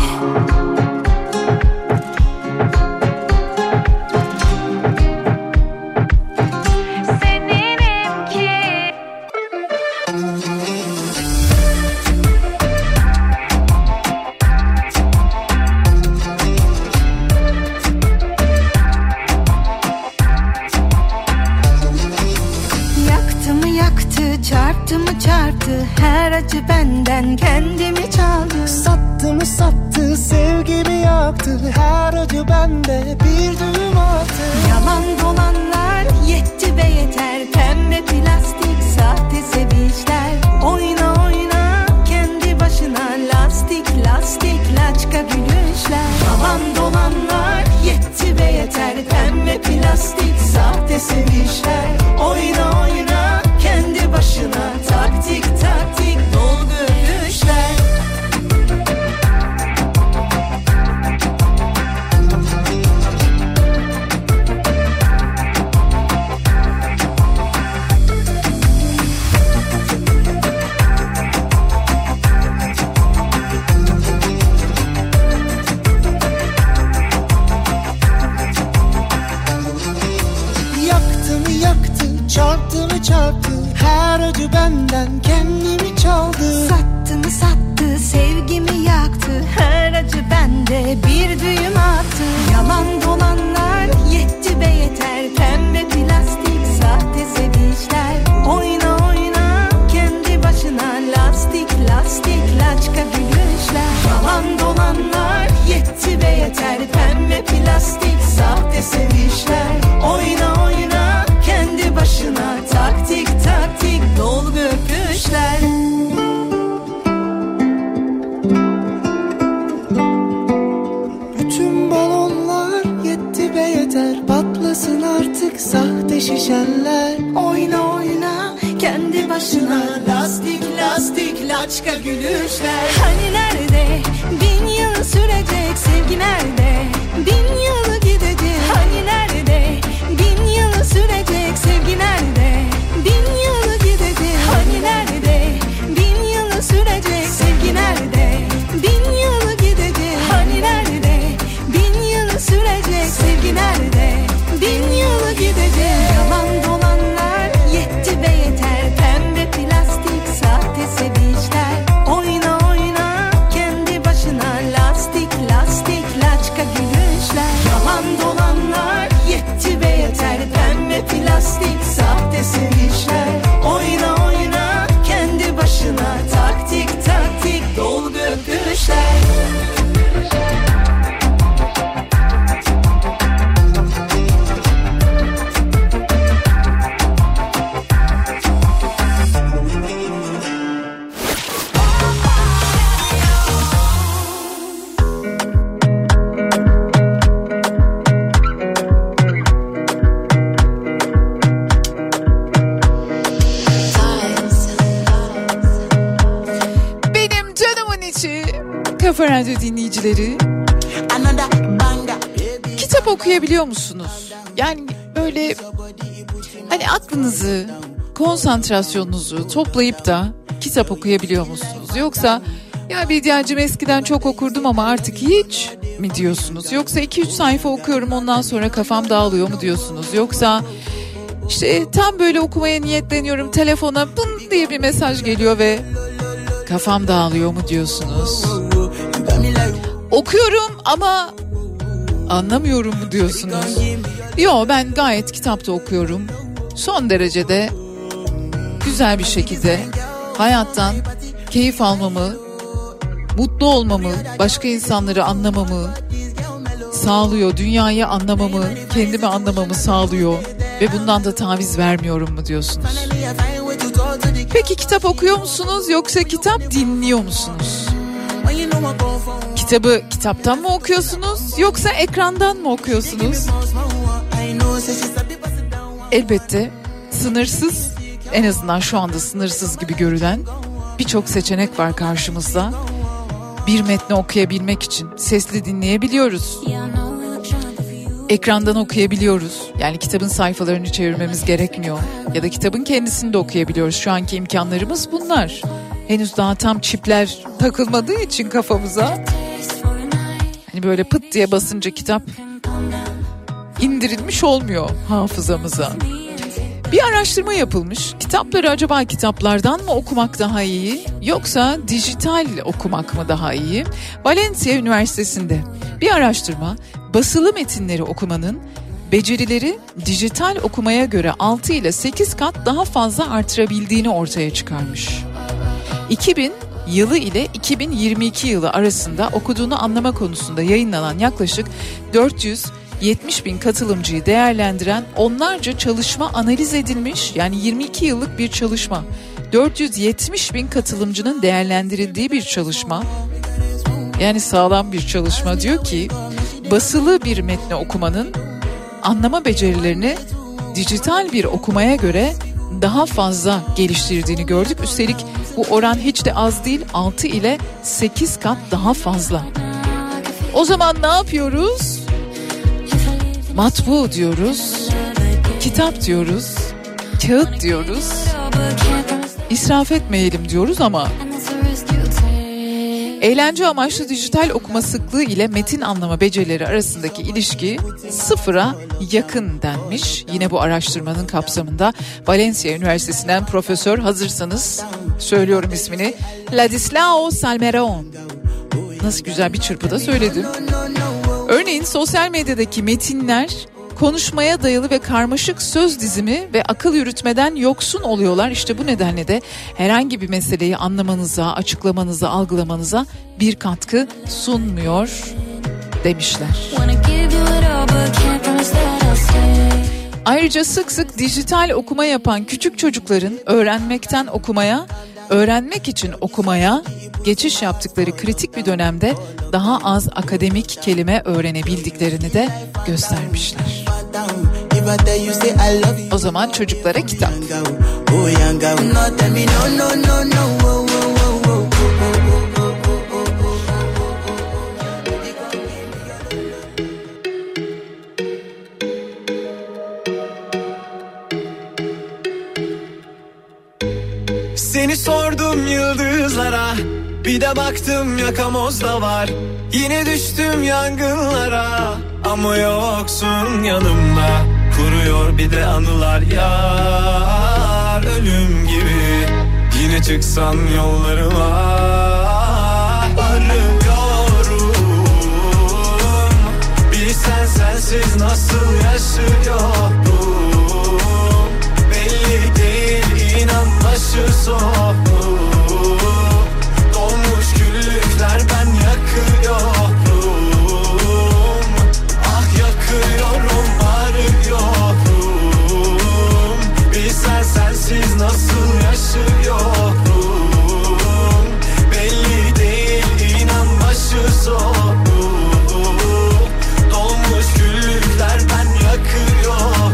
Seninim ki. Yaktı mı yaktı, çarptı mı çarptı, her acı benden kendimi çaldı. Sattı mı sattı, sevgimi yaktı, her acı bende bir düğüm attı. Yalan dolanlar yetti be yeter, pembe plastik sahte sevinçler. Oyna oyna kendi başına, gülüşler. Oyna oyna kendi başına, taktik taktik dolgu öpüşler. Çarptı mı çarptı, her acı benden kendimi çaldı. Sattı mı sattı, sevgimi yaktı, her acı bende bir düğüm attı. Yalan dolanlar yetti be yeter, pembe plastik sahte sevişler. Oyna oyna kendi başına, lastik lastik laçka gülüşler. Yalan dolanlar yetti be yeter, pembe plastik sahte sevişler. Oyna oyna kendi başına, taktik taktik dolgu öpüşler. Bütün balonlar yetti be yeter, patlasın artık sahte şişenler. Oyna oyna kendi başına, lastik lastik laçka gülüşler. Hani nerede bin yıl sürecek sevgi, nerede bin yıl gidecek. Hani nerede bin yıl sürecek sevgi, nerede bin yıl gidecek. Hani nerede bin yıl sürecek sevgi, nerede bin yıl gidecek. Hani nerede bin yıl sürecek sevgi, nerede bin yıl gidecek. Yalan dolanlar yetti be yeter, pembe plastik sahte sevişler. Oyna oyna kendi başına, lastik lastik laçka gülüşler. Yalan dolanlar yetti be yeter, pembe plastik sahte sevişler. Oyna oyna kendi başına, taktik taktik dolgu öpüşler. Kafa Radyo dinleyicileri, kitap okuyabiliyor musunuz? Yani böyle hani aklınızı, konsantrasyonunuzu toplayıp da kitap okuyabiliyor musunuz? Yoksa ya Bediacığım eskiden çok okurdum ama artık hiç mi diyorsunuz? Yoksa iki üç sayfa okuyorum ondan sonra kafam dağılıyor mu diyorsunuz? Yoksa işte tam böyle okumaya niyetleniyorum, telefona pın diye bir mesaj geliyor ve kafam dağılıyor mu diyorsunuz? Okuyorum ama anlamıyorum mu diyorsunuz? Yo, ben gayet kitapta okuyorum. Son derecede güzel bir şekilde hayattan keyif almamı, mutlu olmamı, başka insanları anlamamı sağlıyor. Dünyayı anlamamı, kendimi anlamamı sağlıyor. Ve bundan da taviz vermiyorum mu diyorsunuz? Peki kitap okuyor musunuz yoksa kitap dinliyor musunuz? Kitabı kitaptan mı okuyorsunuz yoksa ekrandan mı okuyorsunuz? Elbette sınırsız, en azından şu anda sınırsız gibi görülen birçok seçenek var karşımızda. Bir metni okuyabilmek için sesli dinleyebiliyoruz. Ekrandan okuyabiliyoruz. Yani kitabın sayfalarını çevirmemiz gerekmiyor. Ya da kitabın kendisini de okuyabiliyoruz. Şu anki imkanlarımız bunlar. Henüz daha tam çipler takılmadığı için kafamıza. Hani böyle pıt diye basınca kitap indirilmiş olmuyor hafızamıza. Bir araştırma yapılmış. Kitapları acaba kitaplardan mı okumak daha iyi yoksa dijital okumak mı daha iyi? Valencia Üniversitesi'nde bir araştırma basılı metinleri okumanın becerileri dijital okumaya göre altı ile sekiz kat daha fazla artırabildiğini ortaya çıkarmış. iki bin yılı ile iki bin yirmi iki yılı arasında okuduğunu anlama konusunda yayınlanan yaklaşık dört yüz yetmiş bin katılımcıyı değerlendiren onlarca çalışma analiz edilmiş. Yani yirmi iki yıllık bir çalışma. dört yüz yetmiş bin katılımcının değerlendirildiği bir çalışma. Yani sağlam bir çalışma. Diyor ki basılı bir metni okumanın anlama becerilerini dijital bir okumaya göre daha fazla geliştirdiğini gördük. Üstelik bu oran hiç de az değil, altı ile sekiz kat daha fazla. O zaman ne yapıyoruz? Matbu diyoruz, kitap diyoruz, kağıt diyoruz, israf etmeyelim diyoruz ama eğlence amaçlı dijital okuma sıklığı ile metin anlama becerileri arasındaki ilişki sıfıra yakın denmiş. Yine bu araştırmanın kapsamında Valencia Üniversitesi'nden profesör, hazırsanız söylüyorum ismini, Ladislao Salmeron. Nasıl güzel bir çırpıda söyledim. Örneğin sosyal medyadaki metinler konuşmaya dayalı ve karmaşık söz dizimi ve akıl yürütmeden yoksun oluyorlar. İşte bu nedenle de herhangi bir meseleyi anlamanıza, açıklamanıza, algılamanıza bir katkı sunmuyor demişler. Ayrıca sık sık dijital okuma yapan küçük çocukların öğrenmekten okumaya, öğrenmek için okumaya geçiş yaptıkları kritik bir dönemde daha az akademik kelime öğrenebildiklerini de göstermişler. O zaman çocuklara kitap. Seni sordum yıldızlara, bir de baktım yakamozda var. Yine düştüm yangınlara, ama yoksun yanımda. Kuruyor bir de anılar yar, ölüm gibi. Yine çıksan yollarıma, arıyorum. Bilsen sensiz nasıl yaşıyorum. Belli değil, inan başı soğuk. Dolmuş güllükler, ben yakıyorum. Ah yakıyorum, arıyorum. Bilsen sensiz nasıl yaşıyorum. Belli değil, inan başı soğuk. Dolmuş güllükler, ben yakıyorum.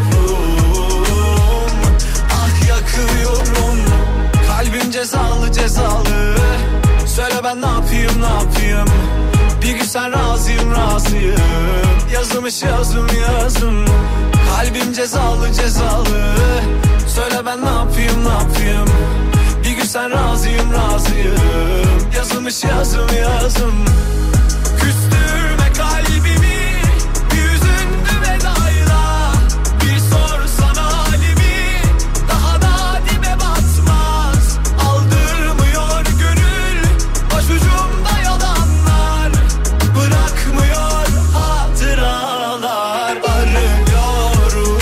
Ah yakıyorum. Kalbim cezalı cezalı. Söyle ben ne yapayım ne yapayım. Bir gün sen razıyım razıyım. Yazılmış yazım yazım. Kalbim cezalı cezalı. Söyle ben ne yapayım ne yapayım. Bir gün sen razıyım razıyım. Yazılmış yazım yazım. Küstürme kalbimi. Yüzündü vedayla. Bir sorsana halimi. Daha da dibe batmaz. Aldırmıyor gönül. Başucumda yalanlar. Bırakmıyor hatıralar. Arıyorum.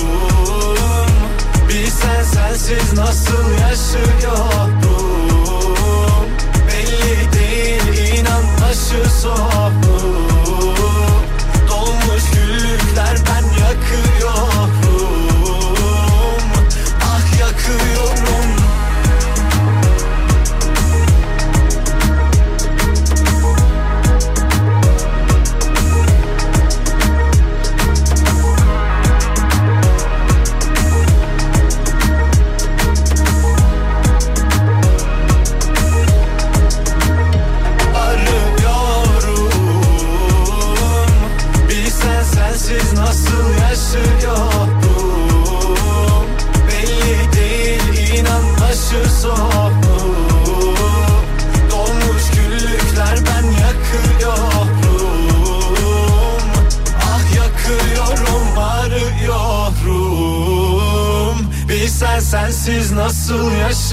Bilsen sensiz nasıl yaşıyorum. Belli değil, inan başı soğuk. Dolmuş güllükler, ben yakıyorum. Ah yakıyorum. Arıyorum. Bilsen sensiz nasıl yaşıyorum. Belli değil, inan başı soğuk. Dolmuş güllükler, ben yakıyorum. Ah yakıyorum, arıyorum. Bilsen sensiz nasıl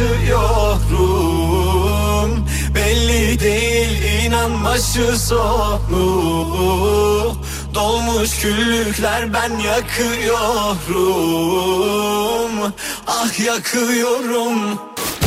yaşıyorum. Belli değil, inan başı soğuk. Dolmuş güllükler, ben yakıyorum. Ah yakıyorum.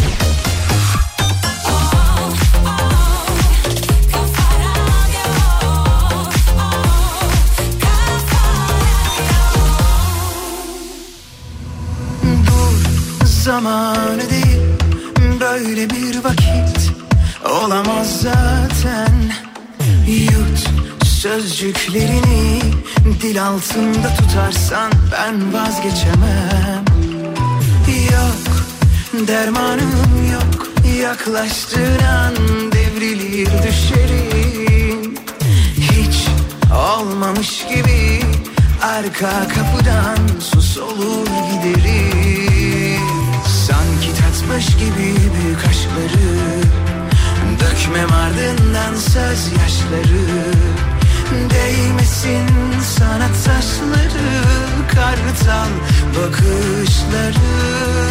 Zamanı değil, böyle bir vakit olamaz zaten. Yut Sözcüklerini dil altında tutarsan ben vazgeçemem. Yok, dermanım yok, yaklaştığın an devrilir düşerim. Hiç olmamış gibi arka kapıdan sus olur giderim. Sanki tatmış gibi büyük aşkları dökmem ardından söz yaşları. Değmesin sana taşları, kartal bakışları.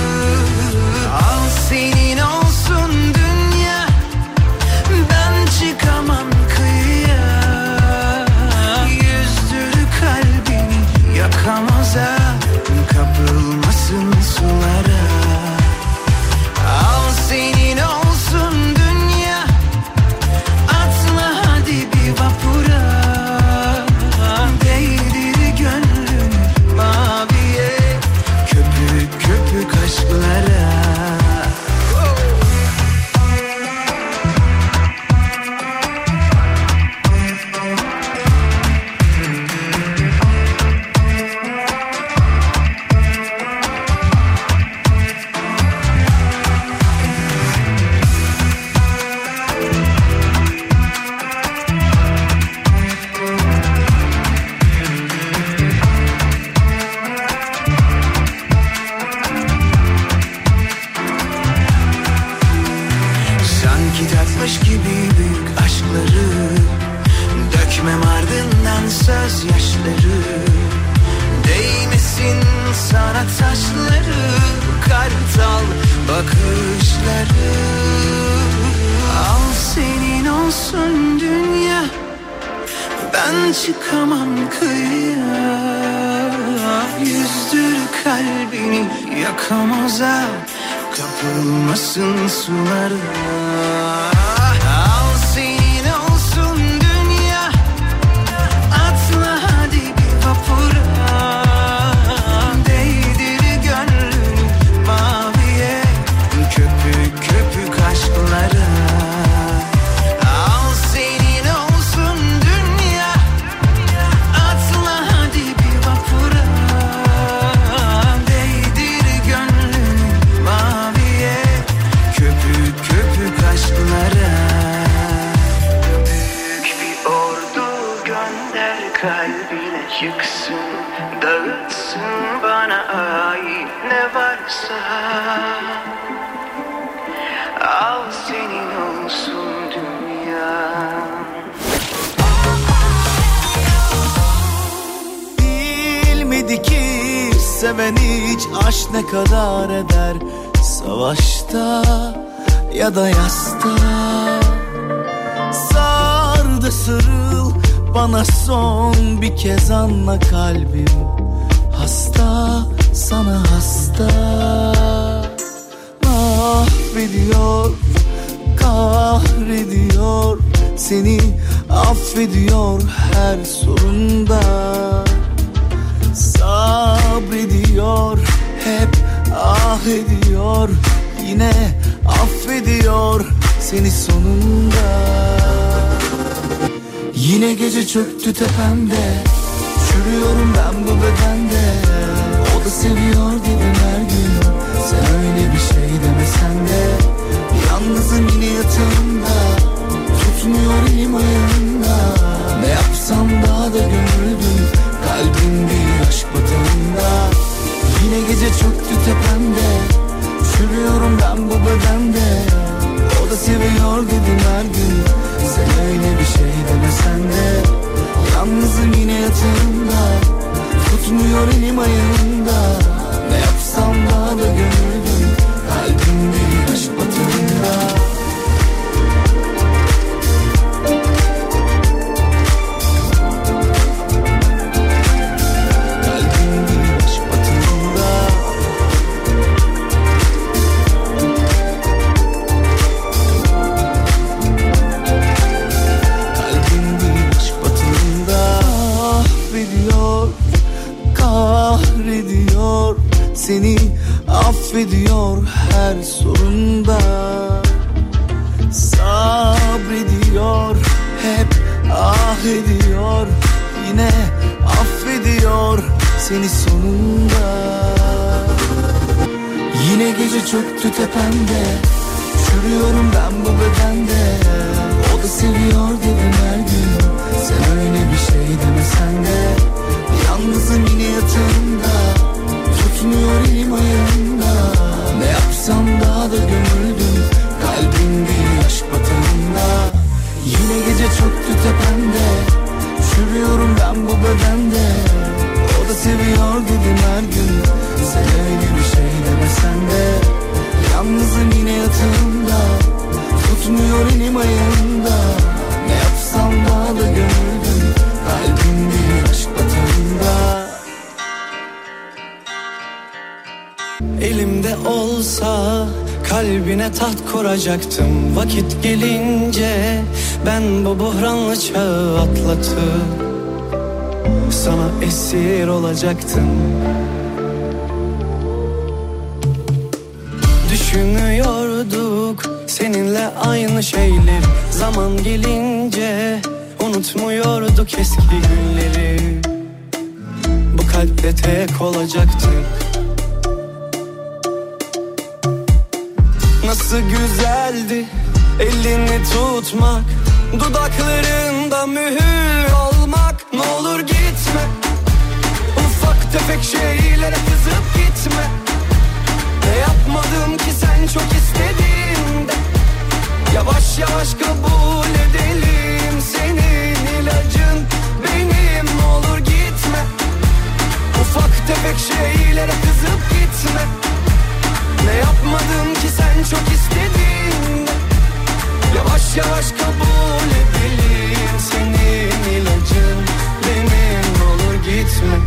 Al senin olsun dünya, ben çıkamam kıyıya. Yüzdür kalbini yakamoza, kapılmasın sulara. Al senin olsun dünya, atla hadi bir vapura. Değdir gönlünü maviye, köpük köpük aşklara. Söz yaşları değmesin sana taşları, kartal bakışları. Al senin olsun dünya, ben çıkamam kıyıya. Yüzdür kalbini yakamoza, kapılmasın sulara. Al senin olsun dünya, hadi bir vapura. Değdir gönlünü maviye, köpük köpük aşklara. Al senin olsun dünya, atla hadi bir vapura. Değdir gönlünü maviye, köpük köpük aşklara. Kalbine yıksın, dağıtsın bana ait ne varsa. Al senin olsun dünya. Bilmedi ki seven hiç aşk ne kadar eder. Savaşta ya da yasta. Sar da sarıl, bana son bir kez anla kalbim. Hasta, sana hasta. Mahvediyor, kahrediyor. Seni affediyor her sorunda. Sabrediyor, hep ah ediyor. Yine affediyor seni sonunda. Yine gece çöktü tepemde, çürüyorum ben bu bedende. O da seviyor dedim her gün, sen öyle bir şey demesen de. Yalnızım yine yatağımda, tutmuyor elim ayağımda. Ne yapsam daha da gömüldüm, kalbim bir aşk batağında. Yine gece çöktü tepemde, çürüyorum ben bu bedende. O da seviyor dedim her gün, sen öyle bir şey demesen de. Yalnızım yine yatağımda, tutmuyor elim ayağımda. Ne yapsam daha da gönüldüm, kalbim bir aşk batağında. Seni affediyor her sorunda. Sabrediyor, hep ah ediyor, yine affediyor seni sonunda. Yine gece çöktü tepemde, çürüyorum ben bu bedende. O da seviyor dedim her gün, sen öyle bir şey demesen de. Yalnızım yine yatağımda, tutmuyor elim ayağımda. Ne yapsam daha da gömüldüm, kalbim bir aşk batağında. Yine gece çöktü tepemde, çürüyorum ben bu bedende. O da seviyor dedim her gün, sen öyle bir şey demesen de. Yalnızım yine yatağımda, tutmuyor elim ayağımda. Ne yapsam daha da gömüldüm, kalbim bir aşk batağında. Elimde olsa kalbine taht kuracaktım. Vakit gelince ben bu buhranlı çağı atlatıp sana esir olacaktım. Düşünüyorduk seninle aynı şeyler. Zaman gelince unutmuyorduk eski günleri. Bu kalpte tek olacaktık. Nasıl güzeldi elini tutmak, dudaklarında mühür olmak. Ne olur gitme, ufak tefek şeylere kızıp gitme. Ne yapmadım ki sen çok istediğinde. Yavaş yavaş kabul edelim, senin ilacın benim. Ne olur gitme, ufak tefek şeylere kızıp gitme. Ne yapmadım ki sen çok istediğinde. Yavaş yavaş kabul edelim, senin ilacın benim. Ne olur gitme.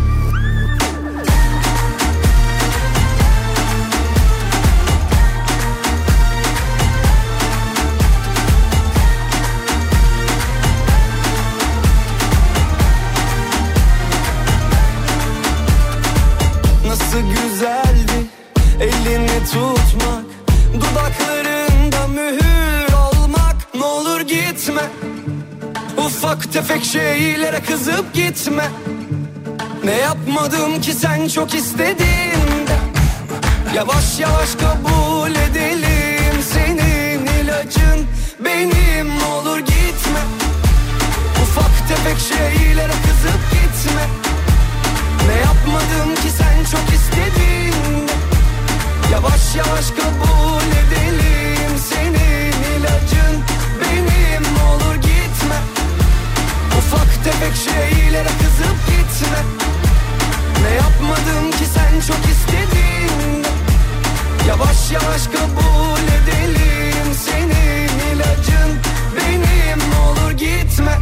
Nasıl güzeldi elini tutmak, dudaklarında mühür olmak. Ne olur gitme, ufak tefek şeylere kızıp gitme. Ne yapmadım ki sen çok istediğinde. Yavaş yavaş kabul edelim, senin ilacın benim. Ne olur gitme, ufak tefek şeylere kızıp gitme. Ne yapmadım ki sen çok istediğinde. Yavaş yavaş kabul edelim, senin ilacın benim. Ne olur gitme, ufak tefek şeylere kızıp gitme. Ne yapmadım ki sen çok istediğinde. Yavaş yavaş kabul edelim, senin ilacın benim. Ne olur gitme.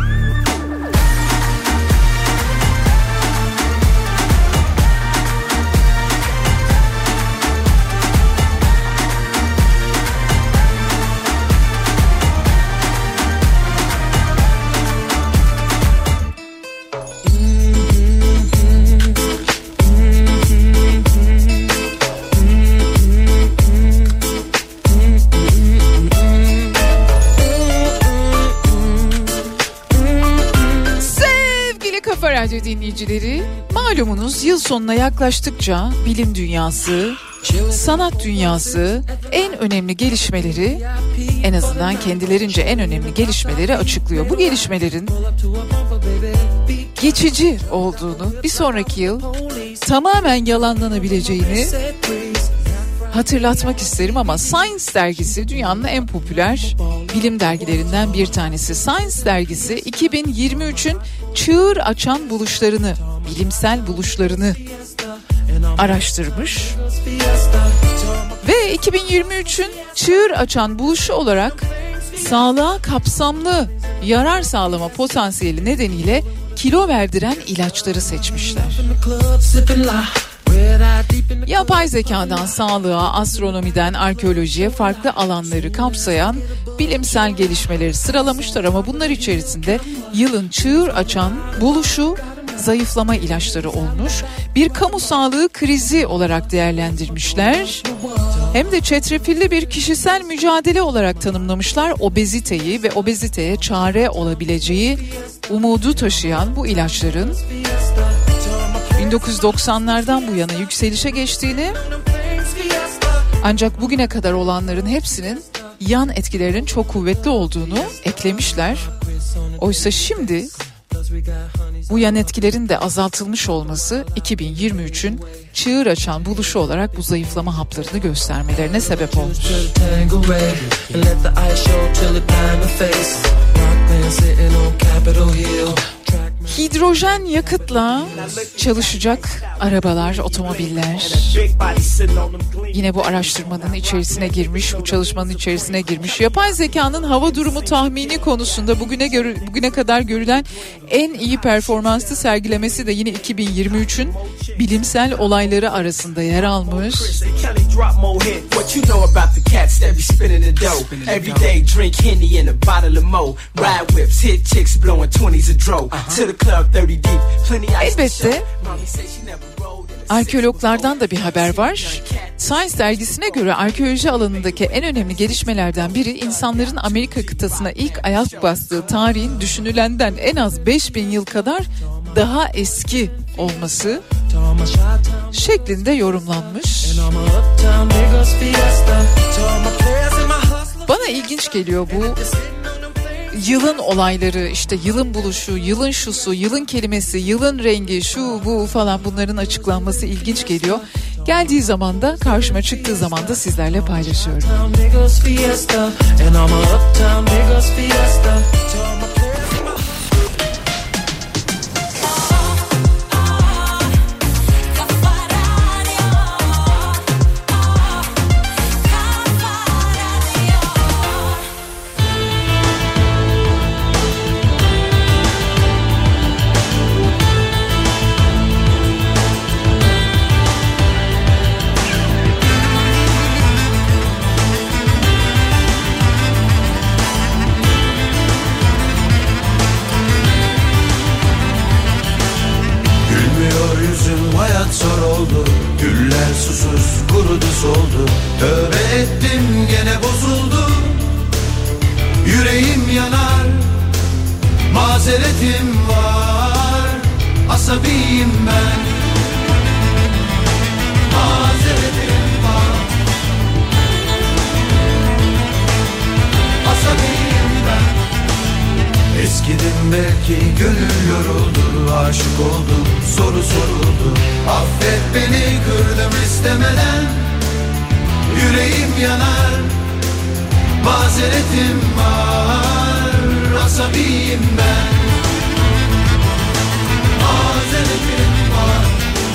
Radyo dinleyicileri, malumunuz yıl sonuna yaklaştıkça bilim dünyası, sanat dünyası en önemli gelişmeleri, en azından kendilerince en önemli gelişmeleri açıklıyor. Bu gelişmelerin geçici olduğunu, bir sonraki yıl tamamen yalanlanabileceğini hatırlatmak isterim ama Science dergisi dünyanın en popüler bilim dergilerinden bir tanesi. Science dergisi iki bin yirmi üçün çığır açan buluşlarını, bilimsel buluşlarını araştırmış ve iki bin yirmi üçün çığır açan buluşu olarak sağlığa kapsamlı yarar sağlama potansiyeli nedeniyle kilo verdiren ilaçları seçmişler. Yapay zekadan sağlığa, astronomiden arkeolojiye farklı alanları kapsayan bilimsel gelişmeleri sıralamışlar ama bunlar içerisinde yılın çığır açan buluşu zayıflama ilaçları olmuş. Bir kamu sağlığı krizi olarak değerlendirmişler. Hem de çetrefilli bir kişisel mücadele olarak tanımlamışlar obeziteyi ve obeziteye çare olabileceği umudu taşıyan bu ilaçların bin dokuz yüz doksanlardan bu yana yükselişe geçtiğini, ancak bugüne kadar olanların hepsinin yan etkilerinin çok kuvvetli olduğunu eklemişler. Oysa şimdi bu yan etkilerin de azaltılmış olması iki bin yirmi üçün çığır açan buluşu olarak bu zayıflama haplarını göstermelerine sebep olmuş. Hidrojen yakıtla çalışacak arabalar, otomobiller. Yine bu araştırmanın içerisine girmiş, bu çalışmanın içerisine girmiş. Yapay zekanın hava durumu tahmini konusunda bugüne göre, bugüne kadar görülen en iyi performansı sergilemesi de yine iki bin yirmi üçün bilimsel olayları arasında yer almış. Elbette arkeologlardan da bir haber var. Science dergisine göre arkeoloji alanındaki en önemli gelişmelerden biri insanların Amerika kıtasına ilk ayak bastığı tarihin düşünülenden en az beş bin yıl kadar daha eski olması şeklinde yorumlanmış. Bana ilginç geliyor bu yılın olayları, işte yılın buluşu, yılın şusu, yılın kelimesi, yılın rengi, şu bu falan, bunların açıklanması ilginç geliyor. Geldiği zaman da, karşıma çıktığı zaman da sizlerle paylaşıyorum. Zor oldu, güller susuz kurudu soldu. Tövbe ettim gene bozuldu. Yüreğim yanar, mazeretim var. Asabiyim ben, mazeretim var. Asabiyim ben. Eskidim belki, gönül yoruldu, aşık oldum, soru soruldu. Affet beni, kırdım istemeden. Yüreğim yanar, mazeretim var. Asabiyim ben, mazeretim var.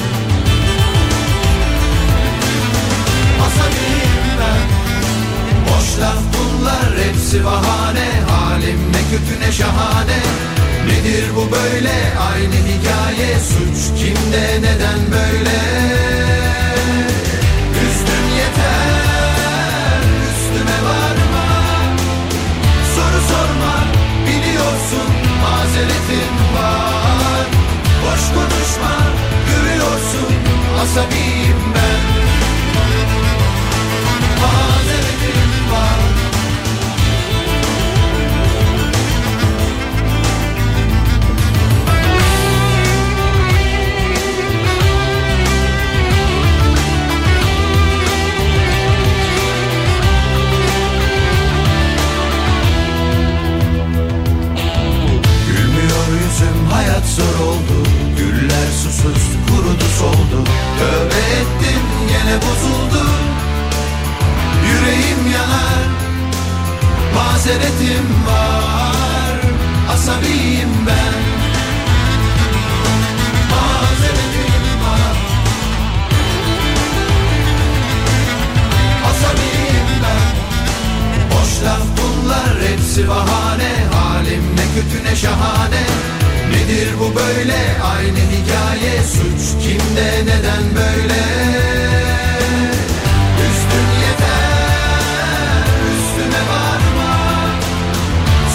Asabiyim ben. Boş laf bunlar, hepsi bahane. Halim ne kötü ne şahane. Nedir bu böyle, aynı hikaye. Suç kimde, neden böyle? Üzdün yeter, üstüme varma. Soru sorma, biliyorsun mazeretim var. Boş konuşma, görüyorsun asabiyim ben. Mazeretim var. Hayat zor oldu, güller susuz kurudu soldu. Tövbe ettim gene bozuldu. Yüreğim yanar, mazeretim var. Asabiyim ben, mazeretim var. Asabiyim ben. Boş laf bunlar, hepsi bahane. Halim ne kötü ne şahane. Nedir bu böyle, aynı hikaye. Suç kimde, neden böyle? Üstün yeter, üstüme varma.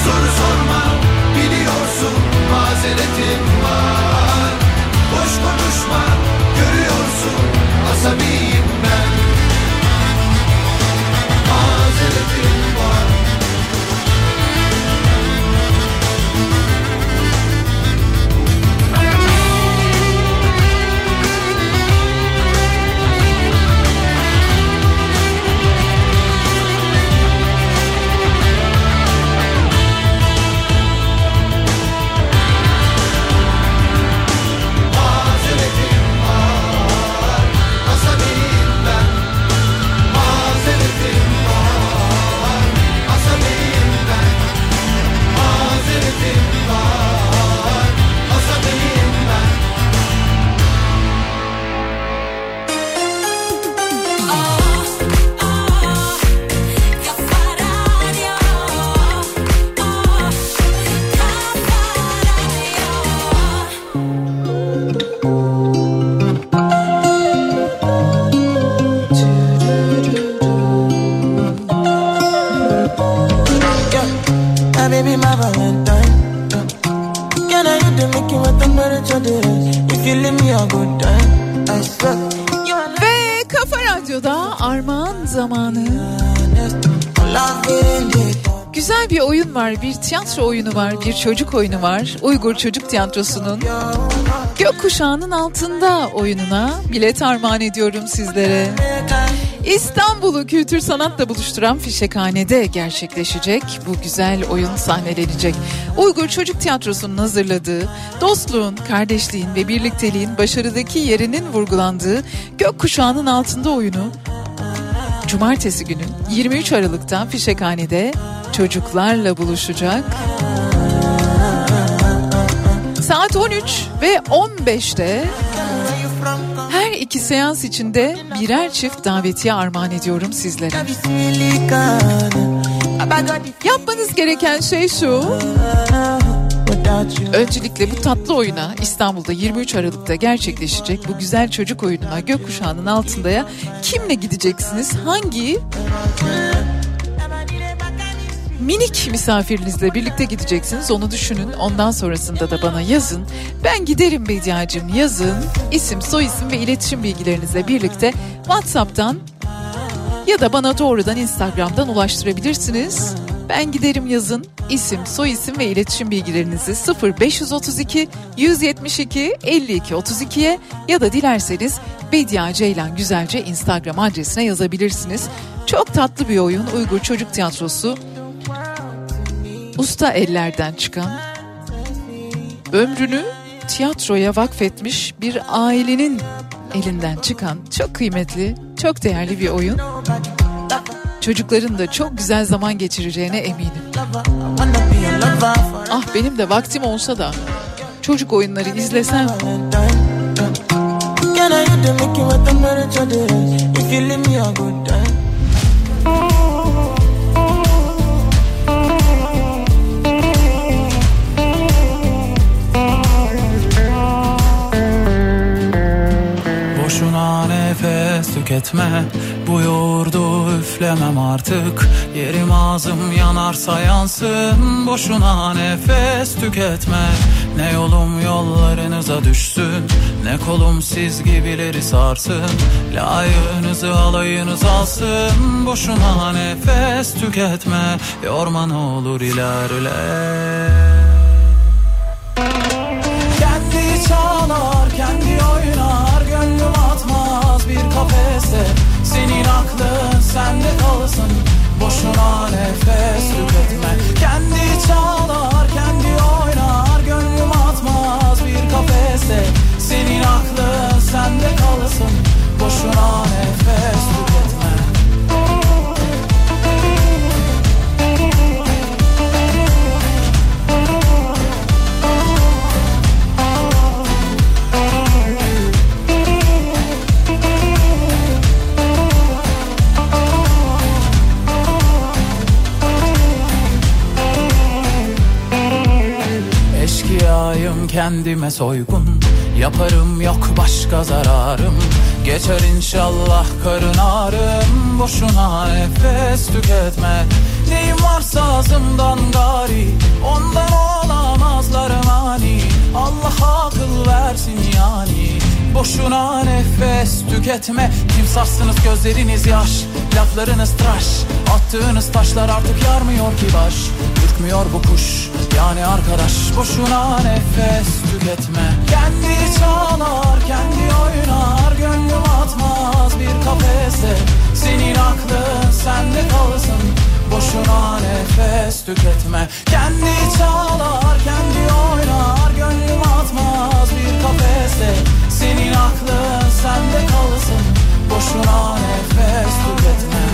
Çocuklara armağan zamanı. Güzel bir oyun var, bir tiyatro oyunu var, bir çocuk oyunu var. Uygur Çocuk Tiyatrosu'nun Gökkuşağının Altında oyununa bilet armağan ediyorum sizlere. İstanbul'u kültür sanatla buluşturan Fişekhane'de gerçekleşecek bu güzel oyun sahnelenecek. Uygur Çocuk Tiyatrosu'nun hazırladığı, dostluğun, kardeşliğin ve birlikteliğin başarıdaki yerinin vurgulandığı Gökkuşağının Altında oyunu Cumartesi günü yirmi üç Aralık'ta Fişekhane'de çocuklarla buluşacak. Saat on üç ve on beşte her iki seans içinde birer çift davetiye armağan ediyorum sizlere. Yapmanız gereken şey şu: öncelikle bu tatlı oyuna, İstanbul'da yirmi üç Aralık'ta gerçekleşecek bu güzel çocuk oyununa, Gökkuşağının Altında'ya kimle gideceksiniz? Hangi minik misafirinizle birlikte gideceksiniz, onu düşünün. Ondan sonrasında da bana yazın. Ben giderim Bediacığım yazın. İsim, soyisim ve iletişim bilgilerinizle birlikte WhatsApp'tan ya da bana doğrudan Instagram'dan ulaştırabilirsiniz. Ben giderim yazın. İsim, soyisim ve iletişim bilgilerinizi sıfır beş otuz iki yüz yetmiş iki elli iki otuz ikiye ya da dilerseniz Bedia Ceylan Güzelce Instagram adresine yazabilirsiniz. Çok tatlı bir oyun. Uygur Çocuk Tiyatrosu usta ellerden çıkan, ömrünü tiyatroya vakfetmiş bir ailenin elinden çıkan çok kıymetli, çok değerli bir oyun. Çocukların da çok güzel zaman geçireceğine eminim. Ah, benim de vaktim olsa da çocuk oyunları izlesem. Boşuna nefes tüketme, bu yoğurdu üflemem artık. Yerim ağzım yanarsa yansın, boşuna nefes tüketme. Ne yolum yollarınıza düşsün, ne kolum siz gibileri sarsın. Layığınızı alayınız alsın, boşuna nefes tüketme. Yorma ne olur ilerle. Kendi çalar, kendi oynar, gönlüm atmaz bir kafese. Senin aklın sende kalsın, boşuna nefes tüketme. Kendi çalar, kendi oynar, gönlüm atmaz bir kafese. Senin aklın sende kalsın, boşuna nefes tüketme. Eşkıyayım kendime soygun, yaparım yok başka zararım. Geçer inşallah karın ağrım, boşuna nefes tüketme. Neyim varsa ağzımdan gari, ondan olamazlar mani. Allah akıl versin yani, boşuna nefes tüketme. Kimsarsınız gözleriniz yaş, laflarınız tıraş. Attığınız taşlar artık yarmıyor ki baş. Ürkmüyor bu kuş yani arkadaş, boşuna nefes tüketme. Kendi çalar, kendi oynar, gönlüm atmaz bir kafese. Senin aklın sende kalsın, boşuna nefes tüketme. Kendi çalar, kendi oynar, gönlüm atmaz bir kafese. Senin aklın sende kalsın, boşuna nefes tüketme.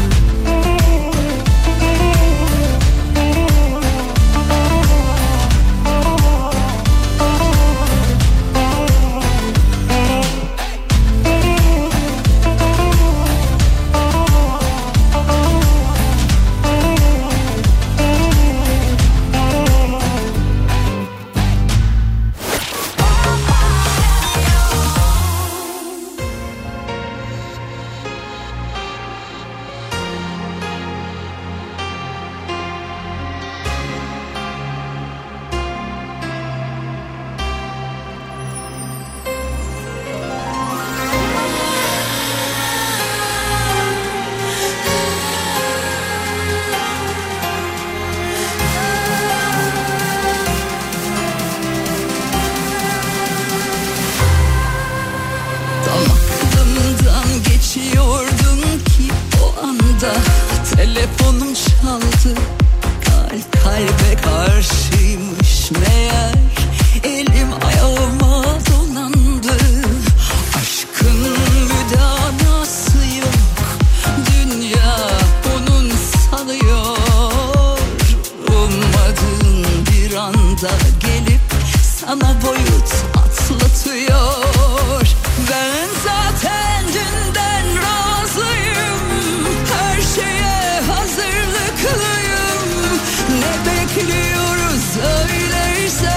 da telefonum çaldı. Kalp kalbe karşıymış meğer, elim ayağıma dolandı. Aşkın müdanası yok, dünya onun sanıyor. Ummadığın bir anda gelip sana boyut atlatıyor. Ben zaten dünden razıyım, her şeye hazırlıklıyım. Ne bekliyoruz öyleyse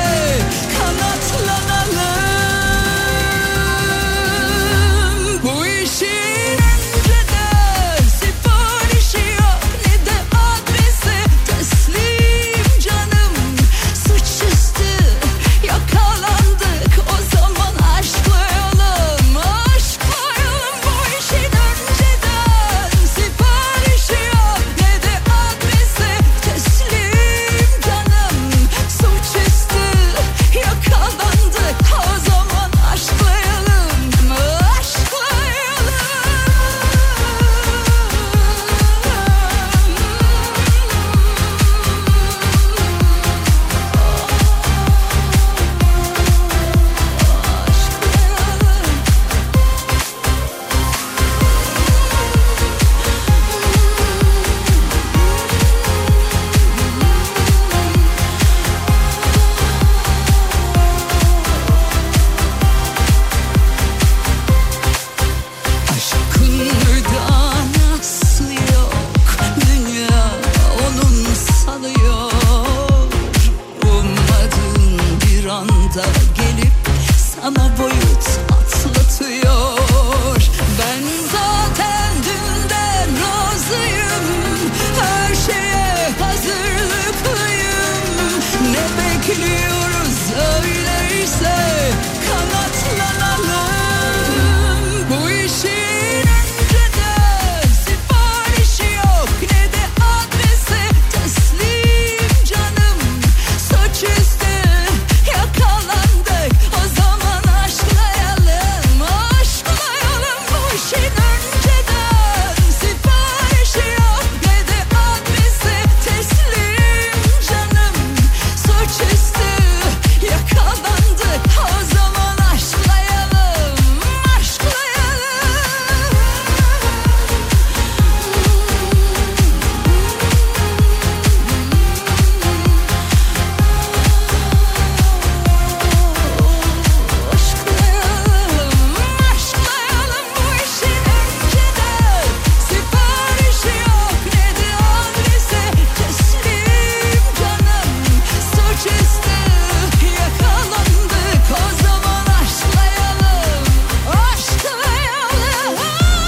kanatlanalım. Bu işin önceden siparişi yok, ne de adresi teslim canım. Suçüstü yakalandık, o zaman aşklayalım, aşklayalım. Bu işin önceden siparişi yok, ne de adresi teslim canım. Suçüstü yakalandık, o zaman aşklayalım, aşklayalım. Aşkın müdanası yok, dünya onun sanıyor. Ummadığın bir anda gelip sana boyut atlatıyor. Ben zaten dünden razıyım, her şeye hazırlıklıyım. Ne bekliyoruz öyleyse kanatlanalım. Bu işin önceden siparişi yok, ne de adresi teslim canım. Suçüstü yakalandık, o zaman aşklayalım, aşklayalım. Bu işin önceden siparişi yok, ne de adresi teslim canım. Suçüstü yakalandık, o zaman aşklayalım, aşklayalım. Bu işin önceden siparişi yok, ne de adresi teslim canım. Suçüstü yakalandık, o zaman aşklayalım, aşklayalım.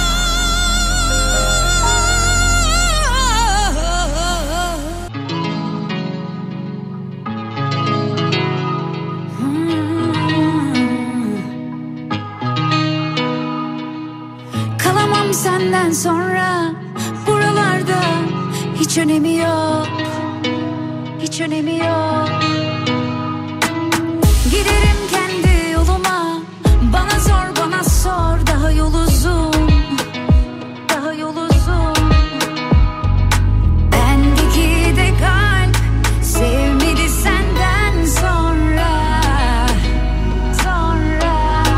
Kalamam senden sonra buralarda, hiç önemi yok, hiç önemi yok. Giderim kendi yoluma, bana sor bana sor, daha yol uzun, daha yol uzun. Bendeki de kalp sevmedi senden sonra, sonra.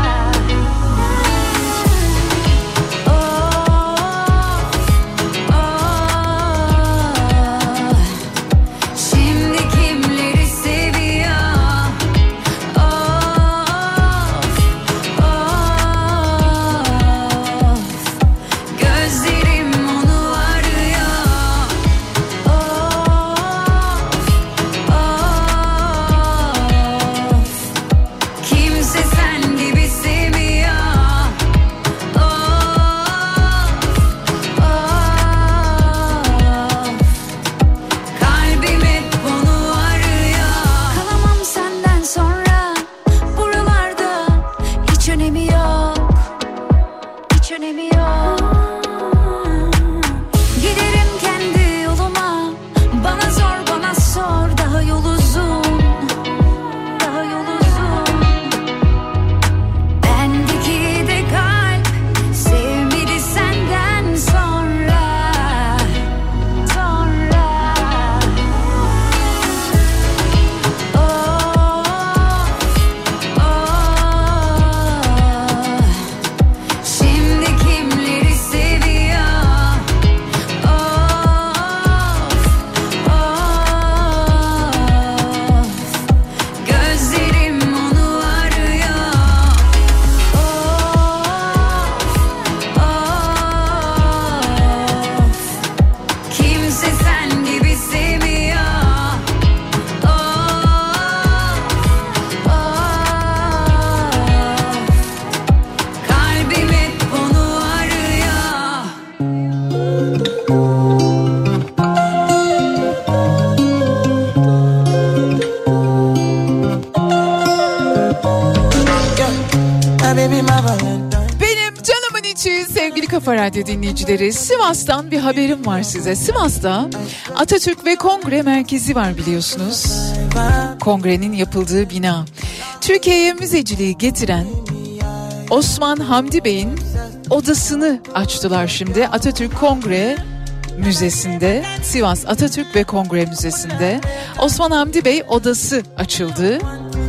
Oh, oh. Şimdi kimleri seviyor? Oh, oh. Kafa Radyo dinleyicileri, Sivas'tan bir haberim var size. Sivas'ta Atatürk ve Kongre Merkezi var biliyorsunuz. Kongrenin yapıldığı bina. Türkiye'ye müzeciliği getiren Osman Hamdi Bey'in odasını açtılar şimdi. Atatürk Kongre Müzesi'nde, Sivas Atatürk ve Kongre Müzesi'nde Osman Hamdi Bey odası açıldı.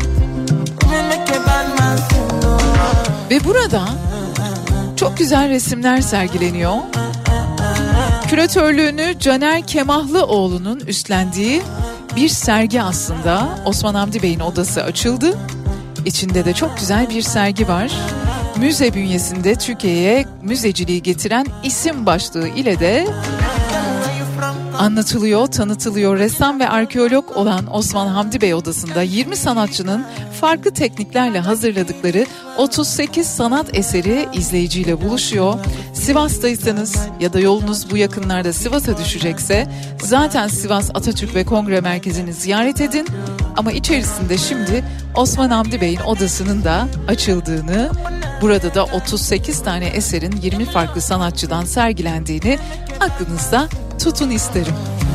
Ve burada çok güzel resimler sergileniyor. Küratörlüğünü Caner Kemahlıoğlu'nun üstlendiği bir sergi aslında. Osman Hamdi Bey'in odası açıldı. İçinde de çok güzel bir sergi var. Müze bünyesinde Türkiye'ye müzeciliği getiren isim başlığı ile de anlatılıyor, tanıtılıyor. Ressam ve arkeolog olan Osman Hamdi Bey odasında yirmi sanatçının farklı tekniklerle hazırladıkları otuz sekiz sanat eseri izleyiciyle buluşuyor. Sivas'taysanız ya da yolunuz bu yakınlarda Sivas'a düşecekse zaten Sivas Atatürk ve Kongre Merkezi'ni ziyaret edin. Ama içerisinde şimdi Osman Hamdi Bey'in odasının da açıldığını, burada da otuz sekiz tane eserin yirmi farklı sanatçıdan sergilendiğini aklınızda tutun isterim.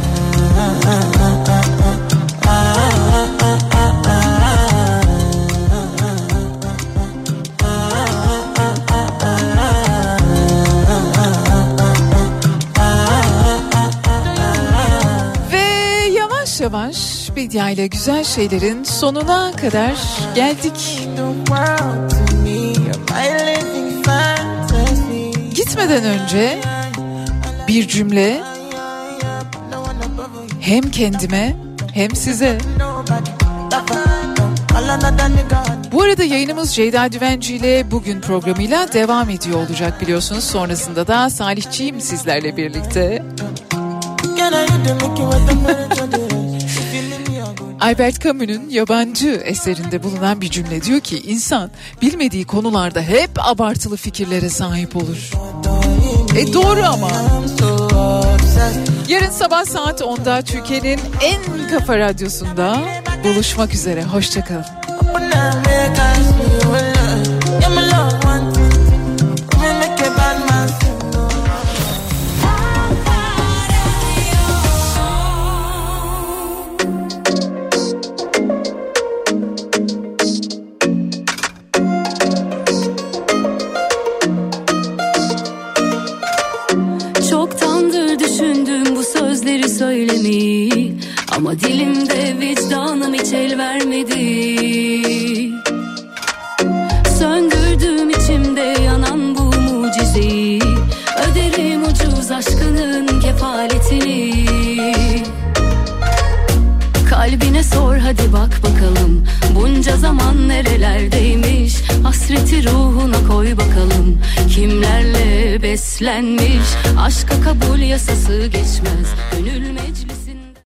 Ve yavaş yavaş Bediye ile güzel şeylerin sonuna kadar geldik. Gitmeden önce bir cümle hem kendime hem size. Bu arada yayınımız Ceyda Düvenci ile bugün programıyla devam ediyor olacak biliyorsunuz. Sonrasında da Salihçiyim sizlerle birlikte. Albert Camus'un Yabancı eserinde bulunan bir cümle diyor ki insan bilmediği konularda hep abartılı fikirlere sahip olur. E doğru ama. Yarın sabah saat onda Türkiye'nin en kafa radyosunda buluşmak üzere. Hoşçakalın. Söylemeyi ama dilimde vicdanım hiç el vermedi. Söndürdüğüm içimde yanan bu mucizeyi, öderim ucuz aşkının kefaletini. Kalbine sor hadi bak bakalım, bunca zaman nerelerdeymiş. Hasreti ruhuna koy bakalım, kimlerle beslenmiş. Aşka kabul yasası geçmez, gönül mecbur.